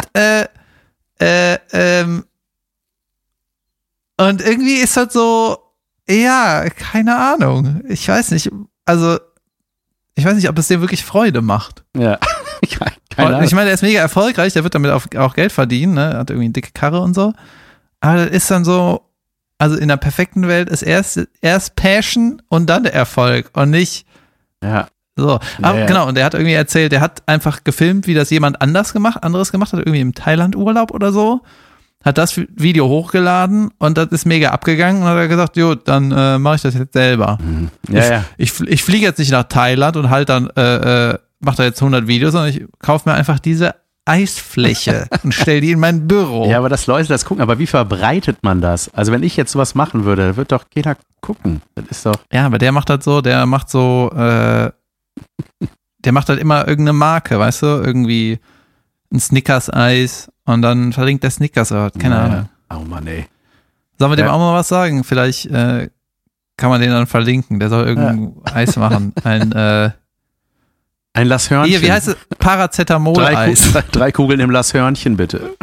und irgendwie ist das so, ja, keine Ahnung. Ich weiß nicht, ob es dem wirklich Freude macht. Ja, keine Ahnung. Ich meine, der ist mega erfolgreich, der wird damit auch Geld verdienen, ne? Hat irgendwie eine dicke Karre und so. Aber das ist dann so, also in der perfekten Welt ist erst Passion und dann der Erfolg und nicht ja. So, aber ja. Genau, und der hat irgendwie erzählt, der hat einfach gefilmt, wie das jemand anderes gemacht hat, irgendwie im Thailand-Urlaub oder so, hat das Video hochgeladen und das ist mega abgegangen und hat er gesagt, jo, dann mache ich das jetzt selber. Ja, ich fliege jetzt nicht nach Thailand und halt dann, mache da jetzt 100 Videos, sondern ich kaufe mir einfach diese Eisfläche und stell die in mein Büro. Ja, aber dass Leute das gucken, aber wie verbreitet man das? Also wenn ich jetzt sowas machen würde, wird doch jeder gucken. Das ist doch. Ja, aber der macht halt so, der macht halt immer irgendeine Marke, weißt du, irgendwie ein Snickers-Eis und dann verlinkt der Snickers, keine Ahnung. Oh Mann, ey. Sollen wir dem auch mal was sagen? Vielleicht kann man den dann verlinken, der soll irgendein Eis machen. Ein Lass Hörnchen. Hier, wie heißt es? Paracetamol-Eis. 3 Kugeln im Lass Hörnchen, bitte.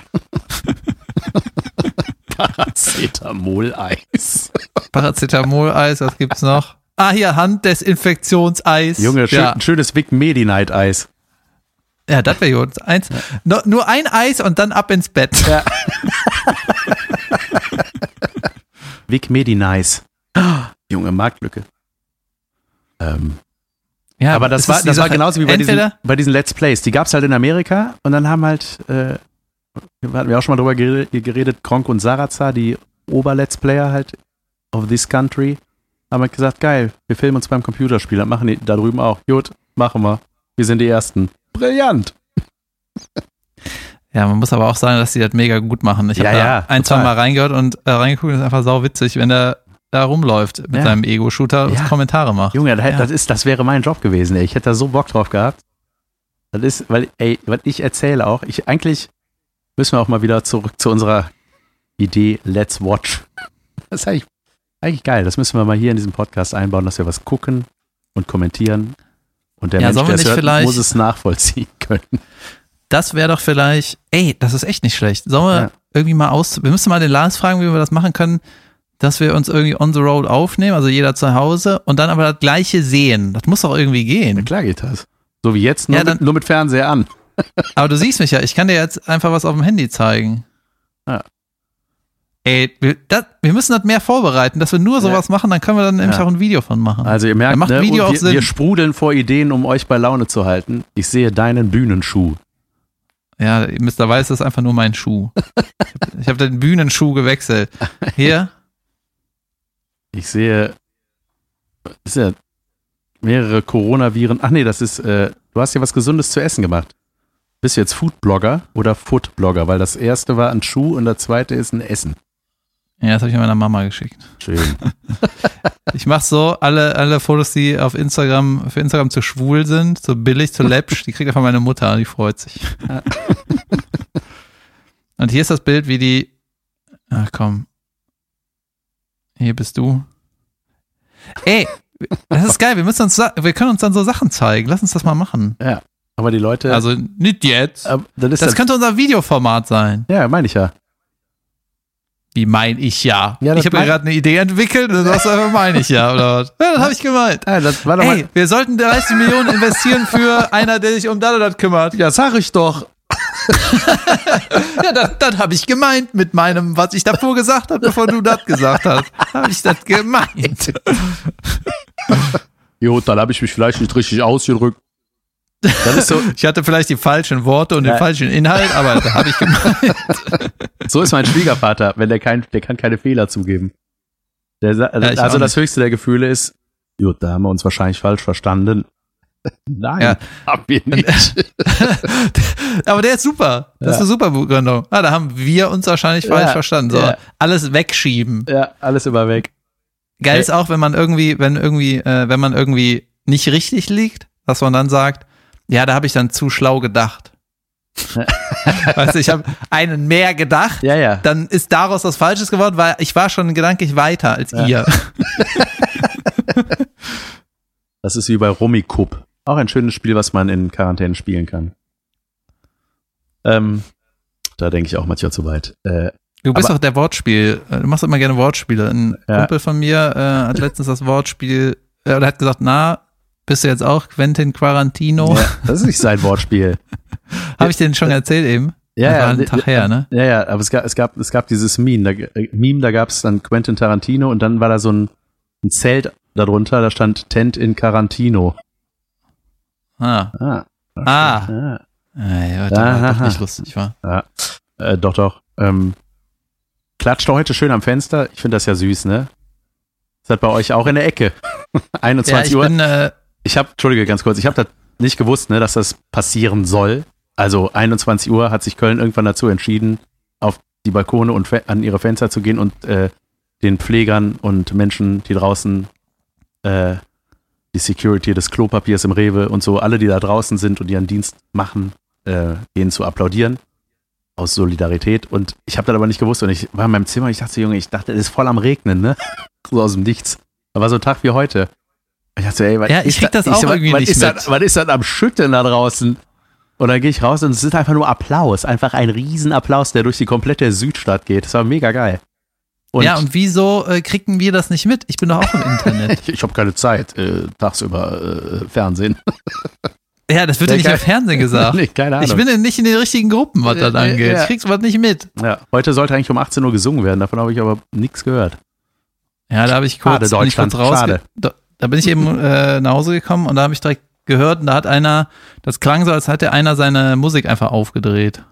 Paracetamol-Eis. Paracetamol-Eis, was gibt's noch? Ah, hier, Handdesinfektionseis. Junge, schönes Vic Medi-Night-Eis. Ja, das wäre gut. Nur ein Eis und dann ab ins Bett. Ja. Vic Medi-Nice. Junge, Marktlücke. Ja, aber das war genauso wie bei diesen Let's Plays. Die gab es halt in Amerika und dann haben halt, hatten wir auch schon mal drüber geredet, Kronk und Sarazar, die Ober-Let's Player halt of this country, haben halt gesagt, geil, wir filmen uns beim Computerspiel, das machen die da drüben auch. Gut, machen wir. Wir sind die Ersten. Brillant. Ja, man muss aber auch sagen, dass die das mega gut machen. Ich habe da ein, zwei Mal reingehört und reingeguckt, das ist einfach sau witzig, wenn der da rumläuft mit seinem Ego-Shooter und Kommentare macht. Junge, das wäre mein Job gewesen, ey. Ich hätte da so Bock drauf gehabt. Das ist, weil, was ich erzähle auch, eigentlich müssen wir auch mal wieder zurück zu unserer Idee Let's Watch. Das ist eigentlich geil. Das müssen wir mal hier in diesem Podcast einbauen, dass wir was gucken und kommentieren und der Mensch, der es hört, muss es nachvollziehen können. Das wäre doch vielleicht, das ist echt nicht schlecht. Sollen wir irgendwie mal wir müssen mal den Lars fragen, wie wir das machen können, dass wir uns irgendwie on the road aufnehmen, also jeder zu Hause und dann aber das Gleiche sehen. Das muss doch irgendwie gehen. Na klar geht das. So wie jetzt, nur mit Fernseher an. Aber du siehst mich ja, ich kann dir jetzt einfach was auf dem Handy zeigen. Ja. Wir müssen das mehr vorbereiten, dass wir nur sowas machen, dann können wir dann nämlich auch ein Video von machen. Also ihr merkt, wir sprudeln vor Ideen, um euch bei Laune zu halten. Ich sehe deinen Bühnenschuh. Ja, mittlerweile ist das einfach nur mein Schuh. Ich habe den Bühnenschuh gewechselt. Hier. Ich sehe, das ist ja mehrere Coronaviren. Ach nee, das ist, du hast ja was Gesundes zu essen gemacht. Bist du jetzt Foodblogger oder Foodblogger? Weil das erste war ein Schuh und das zweite ist ein Essen. Ja, das habe ich meiner Mama geschickt. Schön. Ich mache so, alle Fotos, die auf Instagram zu schwul sind, so billig, zu läppsch, die kriegt einfach meine Mutter, die freut sich. Und hier ist das Bild, wie die, ach komm, hier bist du. Ey, das ist geil, wir können uns dann so Sachen zeigen, lass uns das mal machen. Ja, aber die Leute... Also nicht jetzt, das könnte unser Videoformat sein. Ja, meine ich ja. Wie mein ich ja? Ja, ich habe mir gerade eine Idee entwickelt und das meine ich ja, oder was? Ja, das habe ich gemeint. Ja, das war doch Ey, wir sollten 30 Millionen investieren für einer, der sich um das oder das kümmert. ja, sag ich doch. Ja, das habe ich gemeint mit meinem, was ich davor gesagt habe, bevor du das gesagt hast. Habe ich das gemeint. Jo, dann habe ich mich vielleicht nicht richtig ausgedrückt. Das ist so, Ich hatte vielleicht die falschen Worte und den falschen Inhalt, aber das habe ich gemeint. so ist mein Schwiegervater, wenn der kann keine Fehler zugeben. Also das höchste der Gefühle ist, jo, da haben wir uns wahrscheinlich falsch verstanden. Nein, haben wir nicht. Aber der ist super. Das ist eine super Begründung. Da haben wir uns wahrscheinlich falsch verstanden. So, alles wegschieben. Ja, alles immer weg. Geil ist auch, wenn man irgendwie nicht richtig liegt, dass man dann sagt, ja, da habe ich dann zu schlau gedacht. Weißt du, ich habe einen mehr gedacht, Ja. dann ist daraus was Falsches geworden, weil ich war schon gedanklich weiter als ihr. Das ist wie bei Rummikub. Auch ein schönes Spiel, was man in Quarantäne spielen kann. Da denke ich auch manchmal zu weit. Du bist doch der Wortspiel. Du machst immer gerne Wortspiele. Ein Kumpel von mir hat letztens das Wortspiel, oder hat gesagt, bist du jetzt auch Quentin Quarantino? Ja, das ist nicht sein Wortspiel. Habe ich den schon erzählt eben? Ja, das war einen Tag her, ne? Ja, aber es gab dieses Meme. Da gab es dann Quentin Tarantino und dann war da so ein Zelt darunter, da stand Tent in Quarantino. Ja, das war doch nicht lustig, war. Ja, doch. Klatscht heute schön am Fenster. Ich finde das ja süß, ne? Ist das bei euch auch in der Ecke? 21 Uhr. Entschuldige, ganz kurz. Ich habe das nicht gewusst, ne, dass das passieren soll. Also 21 Uhr hat sich Köln irgendwann dazu entschieden, auf die Balkone und an ihre Fenster zu gehen und den Pflegern und Menschen, die draußen die Security des Klopapiers im Rewe und so, alle, die da draußen sind und ihren Dienst machen, denen zu applaudieren. Aus Solidarität. Und ich habe das aber nicht gewusst. Und ich war in meinem Zimmer und ich dachte, Junge, es ist voll am Regnen, ne? So aus dem Nichts. Da war so ein Tag wie heute. Ich dachte, ey, ich krieg das auch irgendwie nicht mit. Was ist das am Schütteln da draußen? Und dann gehe ich raus und es ist einfach nur Applaus. Einfach ein Riesenapplaus, der durch die komplette Südstadt geht. Das war mega geil. Und wieso kriegen wir das nicht mit? Ich bin doch auch im Internet. Ich habe keine Zeit, tagsüber Fernsehen. Ja, das wird ja nicht im Fernsehen gesagt. Nee, keine Ahnung. Ich bin nicht in den richtigen Gruppen, was das angeht. Ich krieg's was nicht mit. Ja, heute sollte eigentlich um 18 Uhr gesungen werden, davon habe ich aber nichts gehört. Ja, da habe ich kurz Schade. Da bin ich eben nach Hause gekommen und da habe ich direkt gehört und da hat einer, das klang so, als hätte einer seine Musik einfach aufgedreht.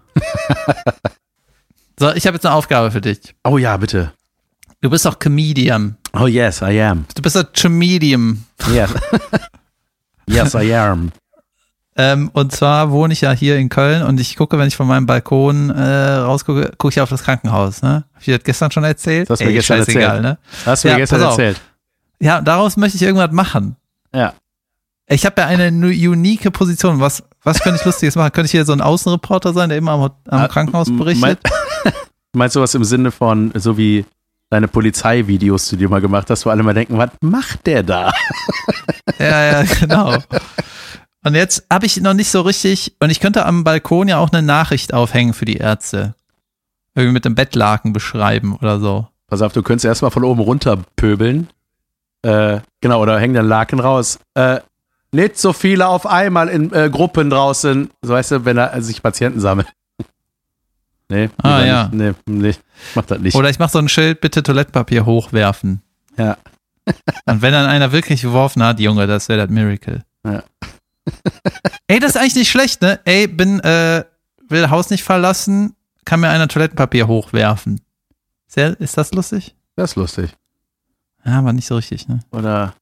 So, ich habe jetzt eine Aufgabe für dich. Oh ja, bitte. Du bist doch Comedian. Oh yes, I am. Du bist ein Comedian. Yes. Yes, I am. Und zwar wohne ich ja hier in Köln und ich gucke, wenn ich von meinem Balkon rausgucke, gucke ich auf das Krankenhaus. Ne? Hab ich das gestern schon erzählt? Das hast du mir gestern erzählt. Ne? Hast du mir gestern erzählt. Ja, daraus möchte ich irgendwas machen. Ja. Ich habe ja eine unique Position. Was könnte ich Lustiges machen? Könnte ich hier so ein Außenreporter sein, der immer am Krankenhaus berichtet? Meinst du was im Sinne von, so wie deine Polizeivideos, die du mal gemacht hast, wo alle mal denken, was macht der da? Ja, genau. Und jetzt habe ich noch nicht so richtig, und ich könnte am Balkon ja auch eine Nachricht aufhängen für die Ärzte. Irgendwie mit dem Bettlaken beschreiben oder so. Pass auf, du könntest erstmal von oben runter pöbeln. Genau, oder hängen den Laken raus. Nicht so viele auf einmal in Gruppen draußen. So weißt du, wenn da sich Patienten sammeln. Nee, ja. Nee, mach das nicht. Oder ich mache so ein Schild, bitte Toilettenpapier hochwerfen. Ja. Und wenn dann einer wirklich geworfen hat, Junge, das wäre das Miracle. Ja. Ey, das ist eigentlich nicht schlecht, ne? Ey, will Haus nicht verlassen, kann mir einer Toilettenpapier hochwerfen. Ist das lustig? Das ist lustig. Ja, aber nicht so richtig, ne? Oder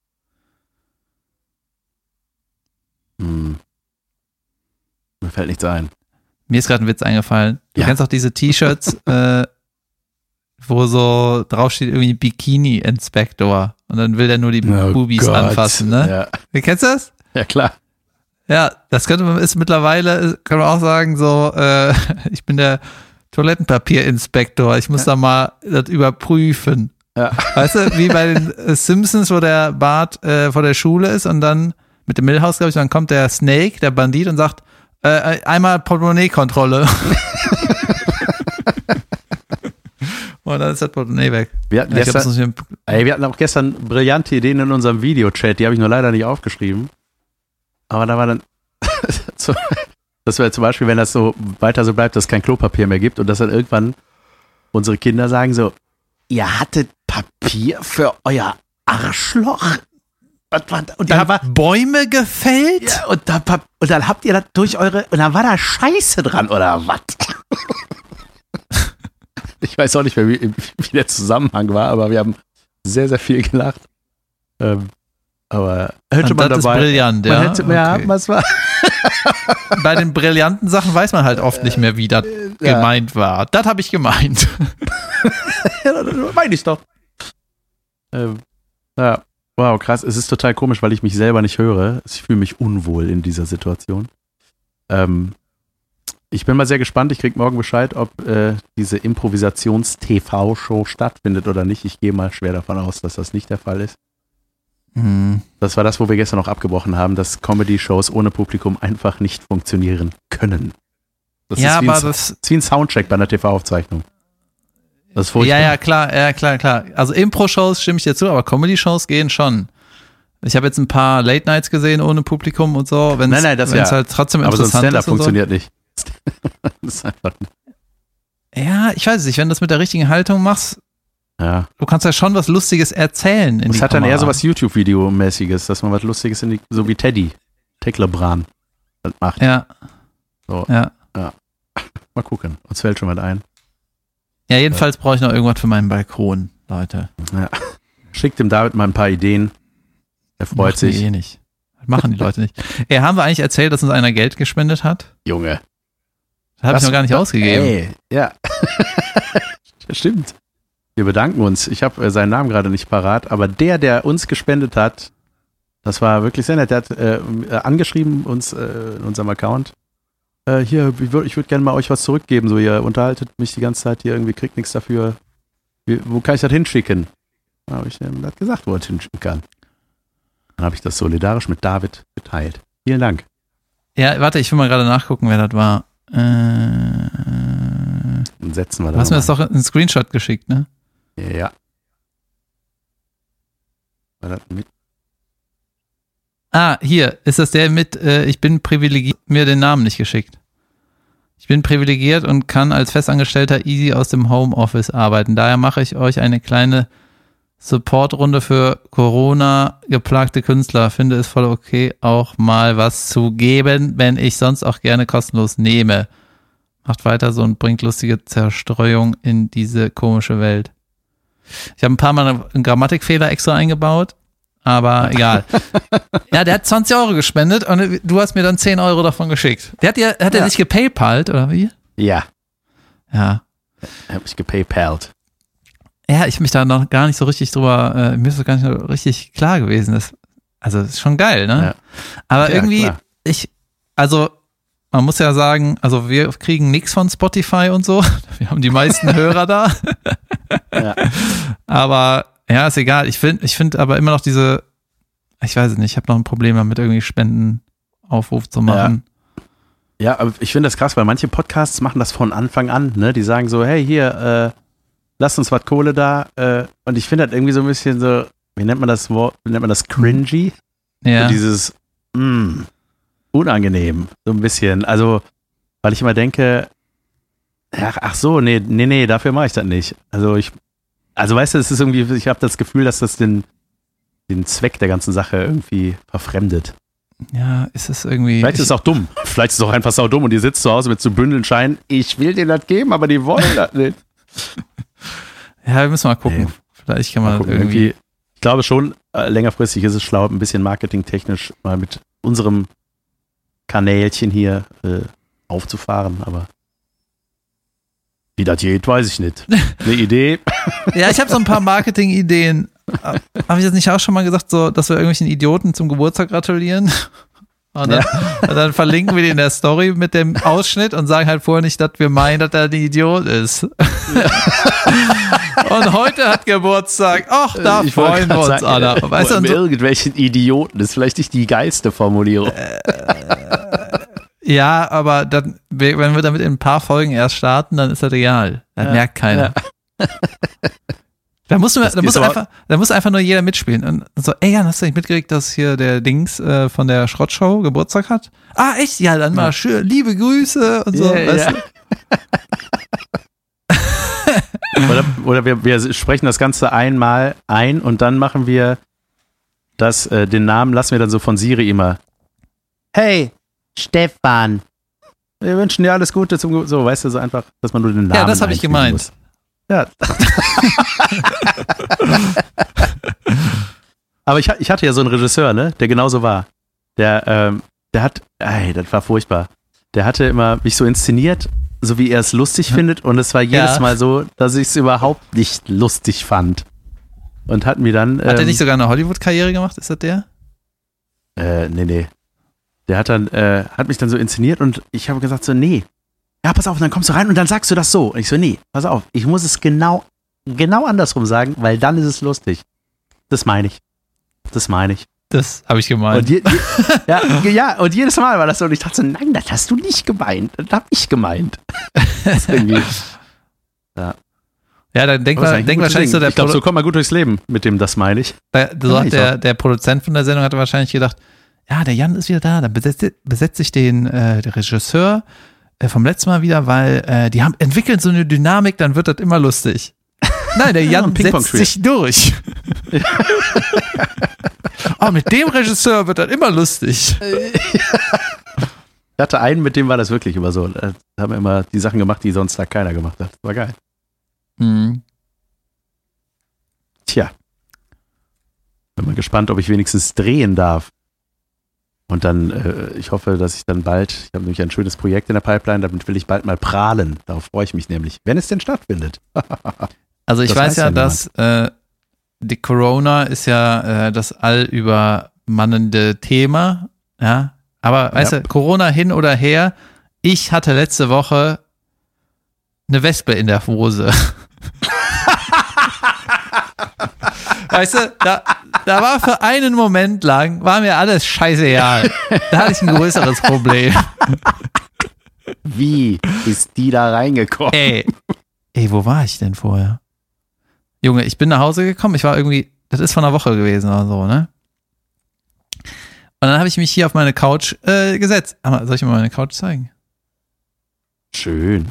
mir fällt nichts ein. Mir ist gerade ein Witz eingefallen. Du kennst auch diese T-Shirts, wo so draufsteht irgendwie Bikini-Inspektor und dann will der nur die Bubis Gott. anfassen, ne? Ja. Kennst du das? Ja, klar. Ja, das ist mittlerweile, kann man auch sagen, so, ich bin der Toilettenpapierinspektor, ich muss da mal das überprüfen. Ja. Weißt du, wie bei den Simpsons, wo der Bart vor der Schule ist und dann mit dem Milhouse, glaube ich, dann kommt der Snake, der Bandit und sagt, einmal Portemonnaie-Kontrolle. Und dann ist das Portemonnaie weg. Wir hatten, Ja, ich glaub, das muss wir hatten auch gestern brillante Ideen in unserem Videochat, die habe ich nur leider nicht aufgeschrieben. Aber da war dann, das wäre zum Beispiel, wenn das so weiter so bleibt, dass es kein Klopapier mehr gibt und dass dann irgendwann unsere Kinder sagen so, ihr hattet Papier für euer Arschloch? Und dann war Bäume gefällt? ja, und dann habt ihr das durch eure, und dann war da Scheiße dran, oder was? Ich weiß auch nicht mehr, wie der Zusammenhang war, aber wir haben sehr, sehr viel gelacht. Aber hätte man das dabei. ist brillant, Man ja. hätte, ja, Okay. was war? Bei den brillanten Sachen weiß man halt oft nicht mehr, wie das gemeint war. Das habe ich gemeint. Ja, das meine ich doch. Ja, wow, krass. Es ist total komisch, weil ich mich selber nicht höre. Ich fühle mich unwohl in dieser Situation. Ich bin mal sehr gespannt. Ich krieg morgen Bescheid, ob diese Improvisations-TV-Show stattfindet oder nicht. Ich gehe mal schwer davon aus, dass das nicht der Fall ist. Das war das, wo wir gestern noch abgebrochen haben, dass Comedy-Shows ohne Publikum einfach nicht funktionieren können. Das Ja, ist wie aber ein, das. ist wie ein Soundcheck bei einer TV-Aufzeichnung. Das ist furchtbar. Ja, klar. Also Impro-Shows stimme ich dir zu, aber Comedy-Shows gehen schon. Ich habe jetzt ein paar Late-Nights gesehen ohne Publikum und so. Nein, das wenn's ja. halt trotzdem Aber so ein interessant Stand-up ist und so. funktioniert nicht. Das ist einfach, Ja, ich weiß es nicht, wenn du das mit der richtigen Haltung machst, ja. du kannst ja schon was Lustiges erzählen. Es hat dann eher so was YouTube-Video-mäßiges, dass man was Lustiges so wie Teddy LeBran das macht. Ja. So. Ja. Mal gucken, uns fällt schon was ein. Ja, jedenfalls brauche ich noch irgendwas für meinen Balkon, Leute. Ja. Schickt dem David mal ein paar Ideen. Er freut Machen die sich. nicht. Das machen die Leute nicht. Haben wir eigentlich erzählt, dass uns einer Geld gespendet hat? Junge. Das habe ich noch gar nicht ausgegeben. Ey, ja. Stimmt. Wir bedanken uns. Ich habe seinen Namen gerade nicht parat, aber der uns gespendet hat, das war wirklich sehr nett. Der hat angeschrieben uns in unserem Account. Hier, ich würde gerne mal euch was zurückgeben. So, ihr unterhaltet mich die ganze Zeit hier, irgendwie kriegt nichts dafür. Wo kann ich das hinschicken? Dann habe ich ihm das gesagt, wo er das hinschicken kann. Dann habe ich das solidarisch mit David geteilt. Vielen Dank. Ja, warte, ich will mal gerade nachgucken, wer das war. Dann setzen wir Du hast das mir das doch einen Screenshot geschickt, ne? Ja. War das mit? Ah, hier, ist das der mit, ich bin privilegiert, mir den Namen nicht geschickt. Ich bin privilegiert und kann als Festangestellter easy aus dem Homeoffice arbeiten. Daher mache ich euch eine kleine Supportrunde für Corona-geplagte Künstler. Finde es voll okay, auch mal was zu geben, wenn ich sonst auch gerne kostenlos nehme. Macht weiter so und bringt lustige Zerstreuung in diese komische Welt. Ich habe ein paar Mal einen Grammatikfehler extra eingebaut, aber egal. Ja, der hat 20 Euro gespendet und du hast mir dann 10 Euro davon geschickt. Hat er dich gepaypalt oder wie? Ja. Ja. Habe ich gepaypalt. Ja, ich mich da noch gar nicht so richtig drüber, mir ist das gar nicht so richtig klar gewesen. Das ist schon geil, ne? Ja. Aber Ja, irgendwie, klar. man muss ja sagen, also wir kriegen nichts von Spotify und so. Wir haben die meisten Hörer da. Ja. Aber ja, ist egal. Ich finde aber immer noch ich weiß es nicht, ich habe noch ein Problem damit, irgendwie Spendenaufruf zu machen. Ja, aber ich finde das krass, weil manche Podcasts machen das von Anfang an, ne? Die sagen so, hey, hier, lasst uns was Kohle da. Und ich finde das irgendwie so ein bisschen so, wie nennt man das Wort? Wie nennt man das? Cringy? Ja. So dieses, unangenehm. So ein bisschen. Also, weil ich immer denke, ach so, nee, dafür mache ich das nicht. Also weißt du, es ist irgendwie, ich habe das Gefühl, dass das den Zweck der ganzen Sache irgendwie verfremdet. Ja, ist es irgendwie. Vielleicht ist es auch dumm. Vielleicht ist es auch einfach sau dumm und die sitzt zu Hause mit so Bündeln Scheinen. Ich will denen das geben, aber die wollen das nicht. Ja, wir müssen mal gucken. Nee. Vielleicht kann man Mal gucken, irgendwie. Ich glaube schon, längerfristig ist es schlau, ein bisschen marketingtechnisch mal mit unserem Kanälchen hier aufzufahren, aber Wie das geht, weiß ich nicht. Eine Idee? Ja, ich habe so ein paar Marketing-Ideen. Habe ich das nicht auch schon mal gesagt, so, dass wir irgendwelchen Idioten zum Geburtstag gratulieren? Und dann verlinken wir die in der Story mit dem Ausschnitt und sagen halt vorher nicht, dass wir meinen, dass er ein Idiot ist. Und heute hat Geburtstag. Ach, da freuen wir uns alle. Weißt du, irgendwelchen Idioten ist vielleicht nicht die geilste Formulierung. Ja, aber dann, wenn wir damit in ein paar Folgen erst starten, dann ist das egal. Dann merkt keiner. Ja. Da muss einfach nur jeder mitspielen. Und so, ey Jan, hast du nicht mitgekriegt, dass hier der Dings von der Schrottshow Geburtstag hat? Ah, echt? Ja, dann mal schön, liebe Grüße und so. Weißt du? Oder wir sprechen das Ganze einmal ein und dann machen wir den Namen lassen wir dann so von Siri immer. Hey, Stefan. Wir wünschen dir alles Gute zum so, weißt du, so einfach, dass man nur den Namen Ja, das habe ich gemeint. Muss. Ja. Aber ich hatte ja so einen Regisseur, ne, der genauso war. Der hat, das war furchtbar. Der hatte immer mich so inszeniert, so wie er es lustig findet, und es war jedes Mal so, dass ich es überhaupt nicht lustig fand. Und hat mir dann. Hat er nicht sogar eine Hollywood-Karriere gemacht? Ist das der? Nee. Der hat mich dann so inszeniert und ich habe gesagt so, nee. Ja, pass auf, und dann kommst du rein und dann sagst du das so. Und ich so, nee, pass auf, ich muss es genau andersrum sagen, weil dann ist es lustig. Das meine ich. Das habe ich gemeint. Und und jedes Mal war das so, und ich dachte so, nein, das hast du nicht gemeint. Das habe ich gemeint. Ja, dann denk wahrscheinlich so der Ich glaube, so kommt man gut durchs Leben mit dem, das meine ich. So hat der Produzent von der Sendung hatte wahrscheinlich gedacht, ja, der Jan ist wieder da, dann besetze ich der Regisseur vom letzten Mal wieder, weil die entwickeln so eine Dynamik, dann wird das immer lustig. Nein, der Jan setzt sich durch. Mit dem Regisseur wird das immer lustig. Ich hatte einen, mit dem war das wirklich immer so. Da haben wir immer die Sachen gemacht, die sonst da keiner gemacht hat. War geil. Mhm. Tja. Bin mal gespannt, ob ich wenigstens drehen darf. Und dann, ich hoffe, dass ich dann bald, ich habe nämlich ein schönes Projekt in der Pipeline, damit will ich bald mal prahlen. Darauf freue ich mich nämlich, wenn es denn stattfindet. Also ich weiß ja, dass die Corona ist ja das allübermannende Thema, ja. Aber weißt du, Corona hin oder her, ich hatte letzte Woche eine Wespe in der Hose. Weißt du, da war für einen Moment lang, war mir alles scheißegal. Da hatte ich ein größeres Problem. Wie ist die da reingekommen? Ey, wo war ich denn vorher? Junge, ich bin nach Hause gekommen, ich war irgendwie, das ist vor einer Woche gewesen oder so, ne? Und dann habe ich mich hier auf meine Couch gesetzt. Soll ich mir meine Couch zeigen? Schön.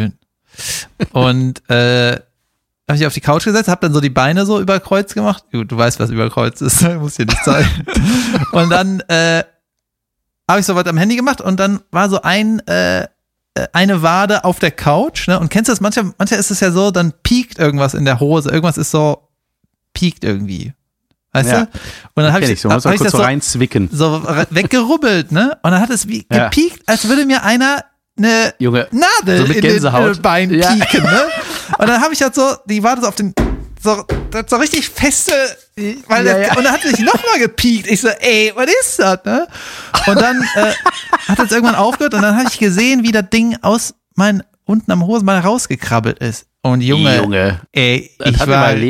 Und habe ich auf die Couch gesetzt, habe dann so die Beine so über Kreuz gemacht. Gut, du weißt, was über Kreuz ist, muss dir nicht zeigen. Und dann habe ich so was am Handy gemacht und dann war so eine Wade auf der Couch, ne? Und kennst du das? Manchmal ist es ja so, dann piekt irgendwas in der Hose. Irgendwas ist so, piekt irgendwie. Weißt du? Und dann habe ich so kurz so reinzwicken. So weggerubbelt, ne? Und dann hat es wie gepiekt, als würde mir einer eine Nadel so mit Gänsehaut in den Bein pieken, ne? Und dann habe ich halt so, die war das auf den, so richtig feste, weil und dann hat es sich nochmal gepiekt. Ich so, ey, was ist das, ne? Und dann hat es irgendwann aufgehört und dann habe ich gesehen, wie das Ding aus unten am Hosenbein rausgekrabbelt ist. Und Junge, ey, ich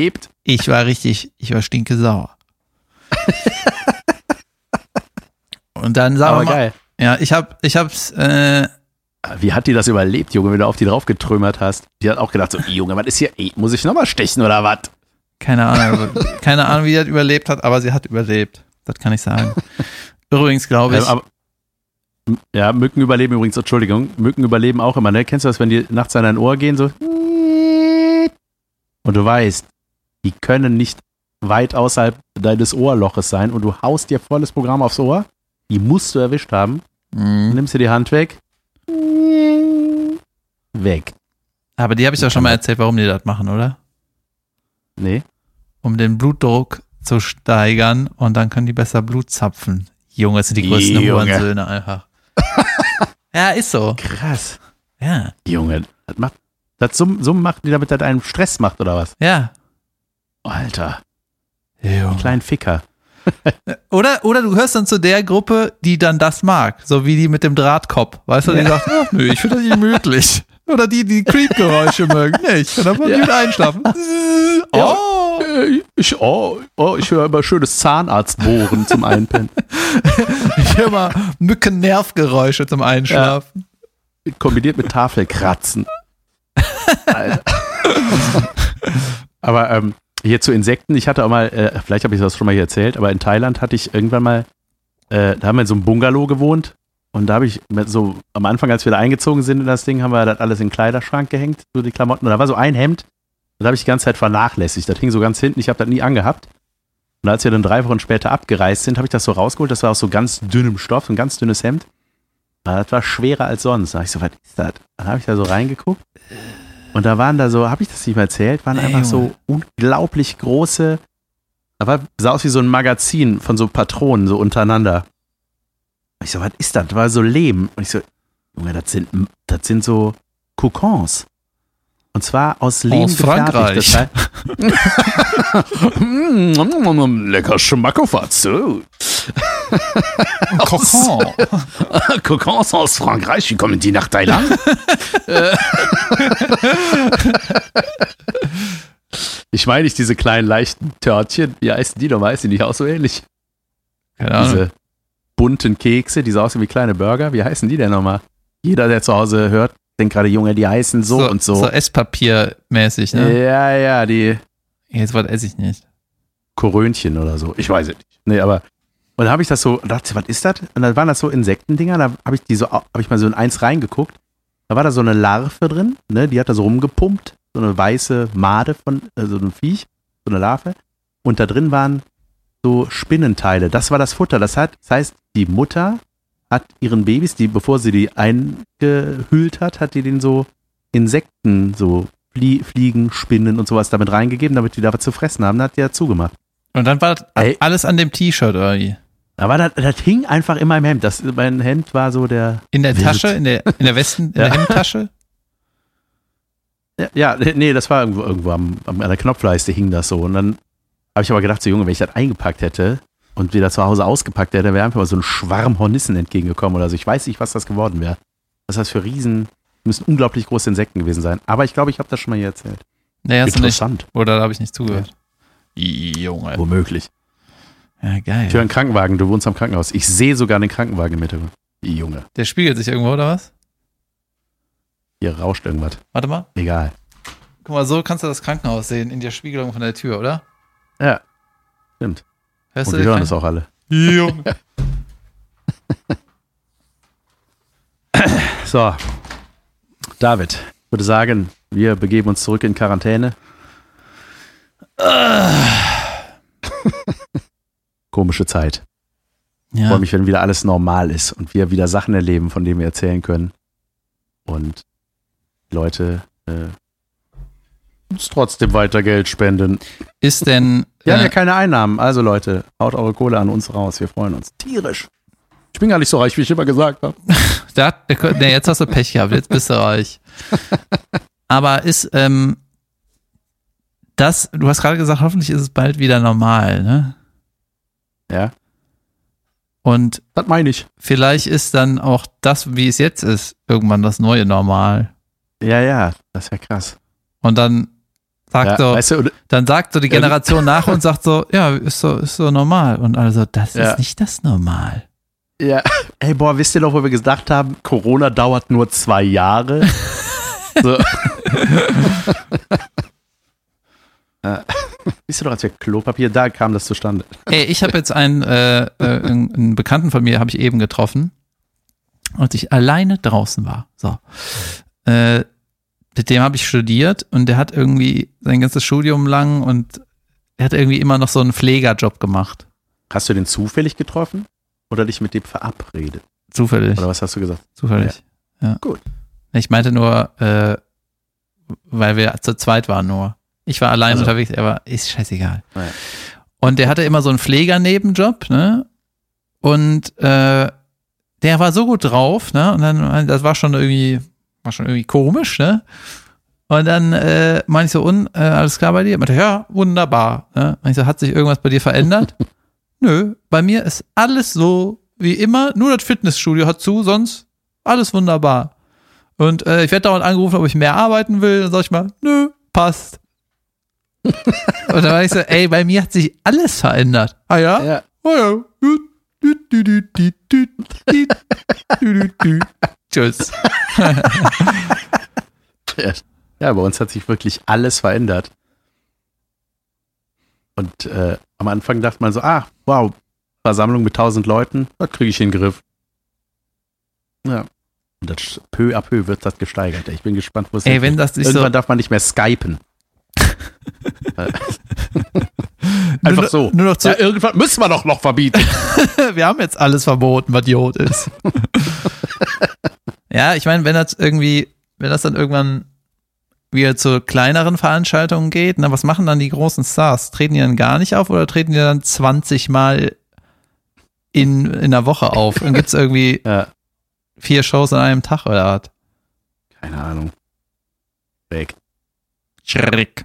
war stinkesauer. Und dann sagen wir mal, geil. Ja, ich hab's, wie hat die das überlebt, Junge, wenn du auf die drauf getrümmert hast? Die hat auch gedacht so, Junge, was ist hier, muss ich nochmal stechen oder was? Keine Ahnung, wie das überlebt hat, aber sie hat überlebt. Das kann ich sagen. Übrigens glaube ich. Mücken überleben übrigens, Entschuldigung, Mücken überleben auch immer, ne? Kennst du das, wenn die nachts an dein Ohr gehen, so? Und du weißt, die können nicht weit außerhalb deines Ohrloches sein und du haust dir volles Programm aufs Ohr, die musst du erwischt haben, nimmst dir die Hand weg, weg. Aber die habe ich doch schon mal erzählt, warum die das machen, oder? Nee. Um den Blutdruck zu steigern und dann können die besser Blut zapfen. Junge, das sind die größten Hurensöhne einfach. Ja, ist so. Krass. Ja. Junge, Das Summen macht, die damit das einen Stress macht, oder was? Ja. Alter, Jo. kleinen Ficker. Oder du hörst dann zu der Gruppe, die dann das mag, so wie die mit dem Drahtkopf. Weißt du, die sagt, ach, nö, ich finde das nicht gemütlich. Oder die Creep-Geräusche mögen. Nee, ich kann aber gut einschlafen. Ich höre immer schönes Zahnarztbohren zum Einpennen. Ich höre mal Mücken-Nervgeräusche zum Einschlafen. Kombiniert mit Tafelkratzen. Alter. Aber hier zu Insekten, ich hatte auch mal, vielleicht habe ich das schon mal hier erzählt, aber in Thailand hatte ich irgendwann mal, da haben wir in so einem Bungalow gewohnt und da habe ich so am Anfang, als wir da eingezogen sind in das Ding, haben wir das alles in den Kleiderschrank gehängt, so die Klamotten. Und da war so ein Hemd, das habe ich die ganze Zeit vernachlässigt. Das hing so ganz hinten, ich habe das nie angehabt. Und als wir dann 3 Wochen später abgereist sind, habe ich das so rausgeholt, das war aus so ganz dünnem Stoff, so ein ganz dünnes Hemd. Aber das war schwerer als sonst. Da habe ich so, was ist das? Dann habe ich da so reingeguckt. Und da waren da so, habe ich das nicht mal erzählt, waren einfach so unglaublich große, sah aus wie so ein Magazin von so Patronen, so untereinander. Und ich so, was ist das? Das war so Lehm. Und ich so, Junge, das sind so Kokons. Und zwar aus Lehm aus Frankreich. Lecker Schmackofatz. Kokon. Kokons aus Frankreich, wie kommen die nach Thailand? Ich meine nicht diese kleinen leichten Törtchen, wie heißen die nochmal? Heißen die nicht auch so ähnlich? Keine Ahnung. Diese bunten Kekse, die so aussehen wie kleine Burger, wie heißen die denn nochmal? Jeder, der zu Hause hört, denkt gerade, Junge, die heißen so und so. So Esspapier-mäßig, ne? Ja, die Jetzt was esse ich nicht. Korönchen oder so. Ich weiß es nicht. Nee, aber und dann habe ich das so, dachte, was ist das? Und dann waren das so Insektendinger, da habe ich mal so in eins reingeguckt. Da war da so eine Larve drin, ne? Die hat da so rumgepumpt, so eine weiße Made von so einem Viech, so eine Larve. Und da drin waren so Spinnenteile. Das war das Futter. Das heißt, die Mutter hat ihren Babys, bevor sie die eingehüllt hat die denen so Insekten, so Fliegen, Spinnen und sowas damit reingegeben, damit die da was zu fressen haben. Dann hat die ja zugemacht. Und dann war das alles an dem T-Shirt, oder wie? Aber das hing einfach in meinem Hemd. Mein Hemd war so der In der Wild. Tasche, in der der Hemdtasche? Ja, nee, das war irgendwo an der Knopfleiste hing das so. Und dann habe ich aber gedacht, so Junge, wenn ich das eingepackt hätte und wieder zu Hause ausgepackt hätte, wäre einfach mal so ein Schwarm Hornissen entgegengekommen oder so. Ich weiß nicht, was das geworden wäre. Was das für müssen unglaublich große Insekten gewesen sein. Aber ich glaube, ich habe das schon mal hier erzählt. Nee, hast du nicht. Interessant. Oder da habe ich nicht zugehört. Junge. Womöglich. Ja, geil. Ich höre einen Krankenwagen, du wohnst am Krankenhaus. Ich sehe sogar einen Krankenwagen im Hintergrund. Junge, Der spiegelt sich irgendwo, oder was? hier rauscht irgendwas. Warte mal. Egal. Guck mal, so kannst du das Krankenhaus sehen, in der Spiegelung von der Tür, oder? Ja, stimmt. Hörst Und du wir den hören das auch alle. Junge. So, David, ich würde sagen, wir begeben uns zurück in Quarantäne. Komische Zeit. Ich Ja. freue mich, wenn wieder alles normal ist und wir wieder Sachen erleben, von denen wir erzählen können. Und die Leute uns trotzdem weiter Geld spenden. Ist denn. Wir haben ja keine Einnahmen, also Leute, haut eure Kohle an uns raus, wir freuen uns. Tierisch. Ich bin gar nicht so reich, wie ich immer gesagt habe. Jetzt hast du Pech gehabt, jetzt bist du reich. Aber ist, du hast gerade gesagt, hoffentlich ist es bald wieder normal, ne? Ja, Und das meine ich. vielleicht ist dann auch das, wie es jetzt ist, irgendwann das neue Normal. Ja, das wäre krass. Und dann sagt so, weißt du, dann sagt so die Generation nach und sagt so, ja, ist so normal. Und alle so, das Ja. ist nicht das Normal. ja, ey, boah, wisst ihr noch, wo wir gesagt haben, Corona dauert nur 2 Jahre? So. Wisst ihr noch, als wir Klopapier, da kam das zustande. Ey, ich habe jetzt einen Bekannten von mir, habe ich eben getroffen, als ich alleine draußen war. So. Mit dem habe ich studiert und der hat irgendwie sein ganzes Studium lang und er hat irgendwie immer noch so einen Pflegerjob gemacht. Hast du den zufällig getroffen oder dich mit dem verabredet? Zufällig. Oder was hast du gesagt? Zufällig. Ja. Gut. Ich meinte nur, weil wir zu zweit waren nur. Ich war allein unterwegs, ist scheißegal. Ja. Und der hatte immer so einen Pflegernebenjob, ne? Und der war so gut drauf, ne? Und dann, das war schon irgendwie komisch, ne? Und dann meine ich so, alles klar bei dir? Meinte, ja, wunderbar. Ne? Ich so, hat sich irgendwas bei dir verändert? Nö, bei mir ist alles so wie immer, nur das Fitnessstudio hat zu, sonst alles wunderbar. Und ich werde dauernd angerufen, ob ich mehr arbeiten will. Dann sag ich mal, nö, passt. Und dann war ich so, ey, bei mir hat sich alles verändert. Ah ja? Ja. Oh ja. Tschüss. Ja, bei uns hat sich wirklich alles verändert. Und am Anfang dachte man so, wow, Versammlung mit 1000 Leuten, das kriege ich in den Griff. Ja. Und das peu à peu wird das gesteigert. Ich bin gespannt, wo es Ey, wenn das nicht irgendwann darf man nicht mehr skypen. Einfach so. Nur noch zu, Ja, irgendwann müssen wir doch noch verbieten. wir haben jetzt alles verboten, was Idiot ist. Ja, ich meine, wenn das dann irgendwann wieder zu kleineren Veranstaltungen geht, na, was machen dann die großen Stars? Treten die dann gar nicht auf oder treten die dann 20 Mal in der Woche auf? Und gibt's irgendwie 4 Shows an einem Tag oder was? Keine Ahnung. Schreck.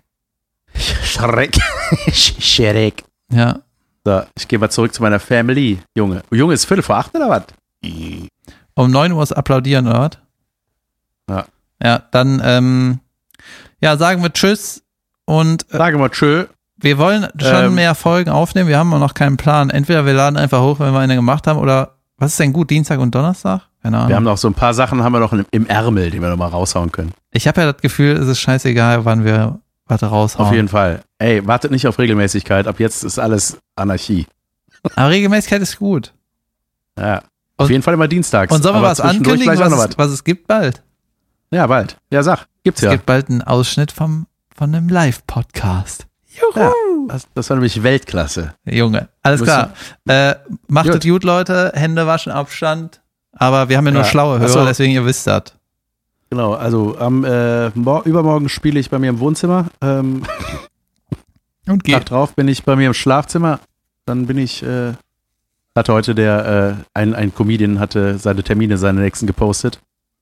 Schreck. Ja. So, ich gehe mal zurück zu meiner Family. Junge, ist 7:45 oder was? Um 9 Uhr ist applaudieren, oder was? Ja. Ja, dann, sagen wir Tschüss und Sage mal tschö. wir wollen schon mehr Folgen aufnehmen. Wir haben auch noch keinen Plan. Entweder wir laden einfach hoch, wenn wir eine gemacht haben, oder was ist denn gut, Dienstag und Donnerstag? Keine Ahnung. Wir haben noch so ein paar Sachen haben wir noch im Ärmel, die wir noch mal raushauen können. Ich habe ja das Gefühl, es ist scheißegal, wann wir was raushauen. Auf jeden Fall. Ey, wartet nicht auf Regelmäßigkeit. Ab jetzt ist alles Anarchie. Aber Regelmäßigkeit ist gut. Ja. Auf jeden Fall immer dienstags. Und sollen wir Aber was zwischendurch ankündigen, vielleicht auch noch was es gibt bald? Ja, bald. Ja, sag. Gibt's Es ja. gibt bald einen Ausschnitt von einem Live-Podcast. Juhu! Ja, das war nämlich Weltklasse. Junge, alles klar. Macht es gut, Leute. Hände waschen, Abstand. Aber wir haben ja nur schlaue Hörer, Achso. deswegen ihr wisst das. Genau, also am übermorgen spiele ich bei mir im Wohnzimmer. Und Tag drauf bin ich bei mir im Schlafzimmer. Dann bin ich, hatte heute ein Comedian hatte seine Termine, seine nächsten gepostet.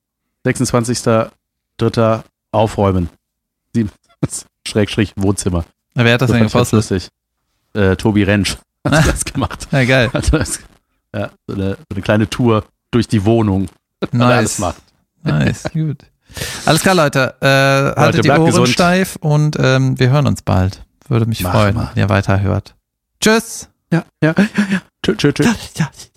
26.03. Aufräumen. Schrägstrich Wohnzimmer. Wer hat das denn gepostet? Lustig. Tobi Rentsch hat das gemacht. Ja, geil. Ja, so eine kleine Tour durch die Wohnung. Alles Nice. macht. Nice, gut. Alles klar, Leute. Haltet die bleibt Ohren gesund. steif und wir hören uns bald. Würde mich Mach freuen, mal. wenn ihr weiterhört. Tschüss. Ja. Tschüss. Ja.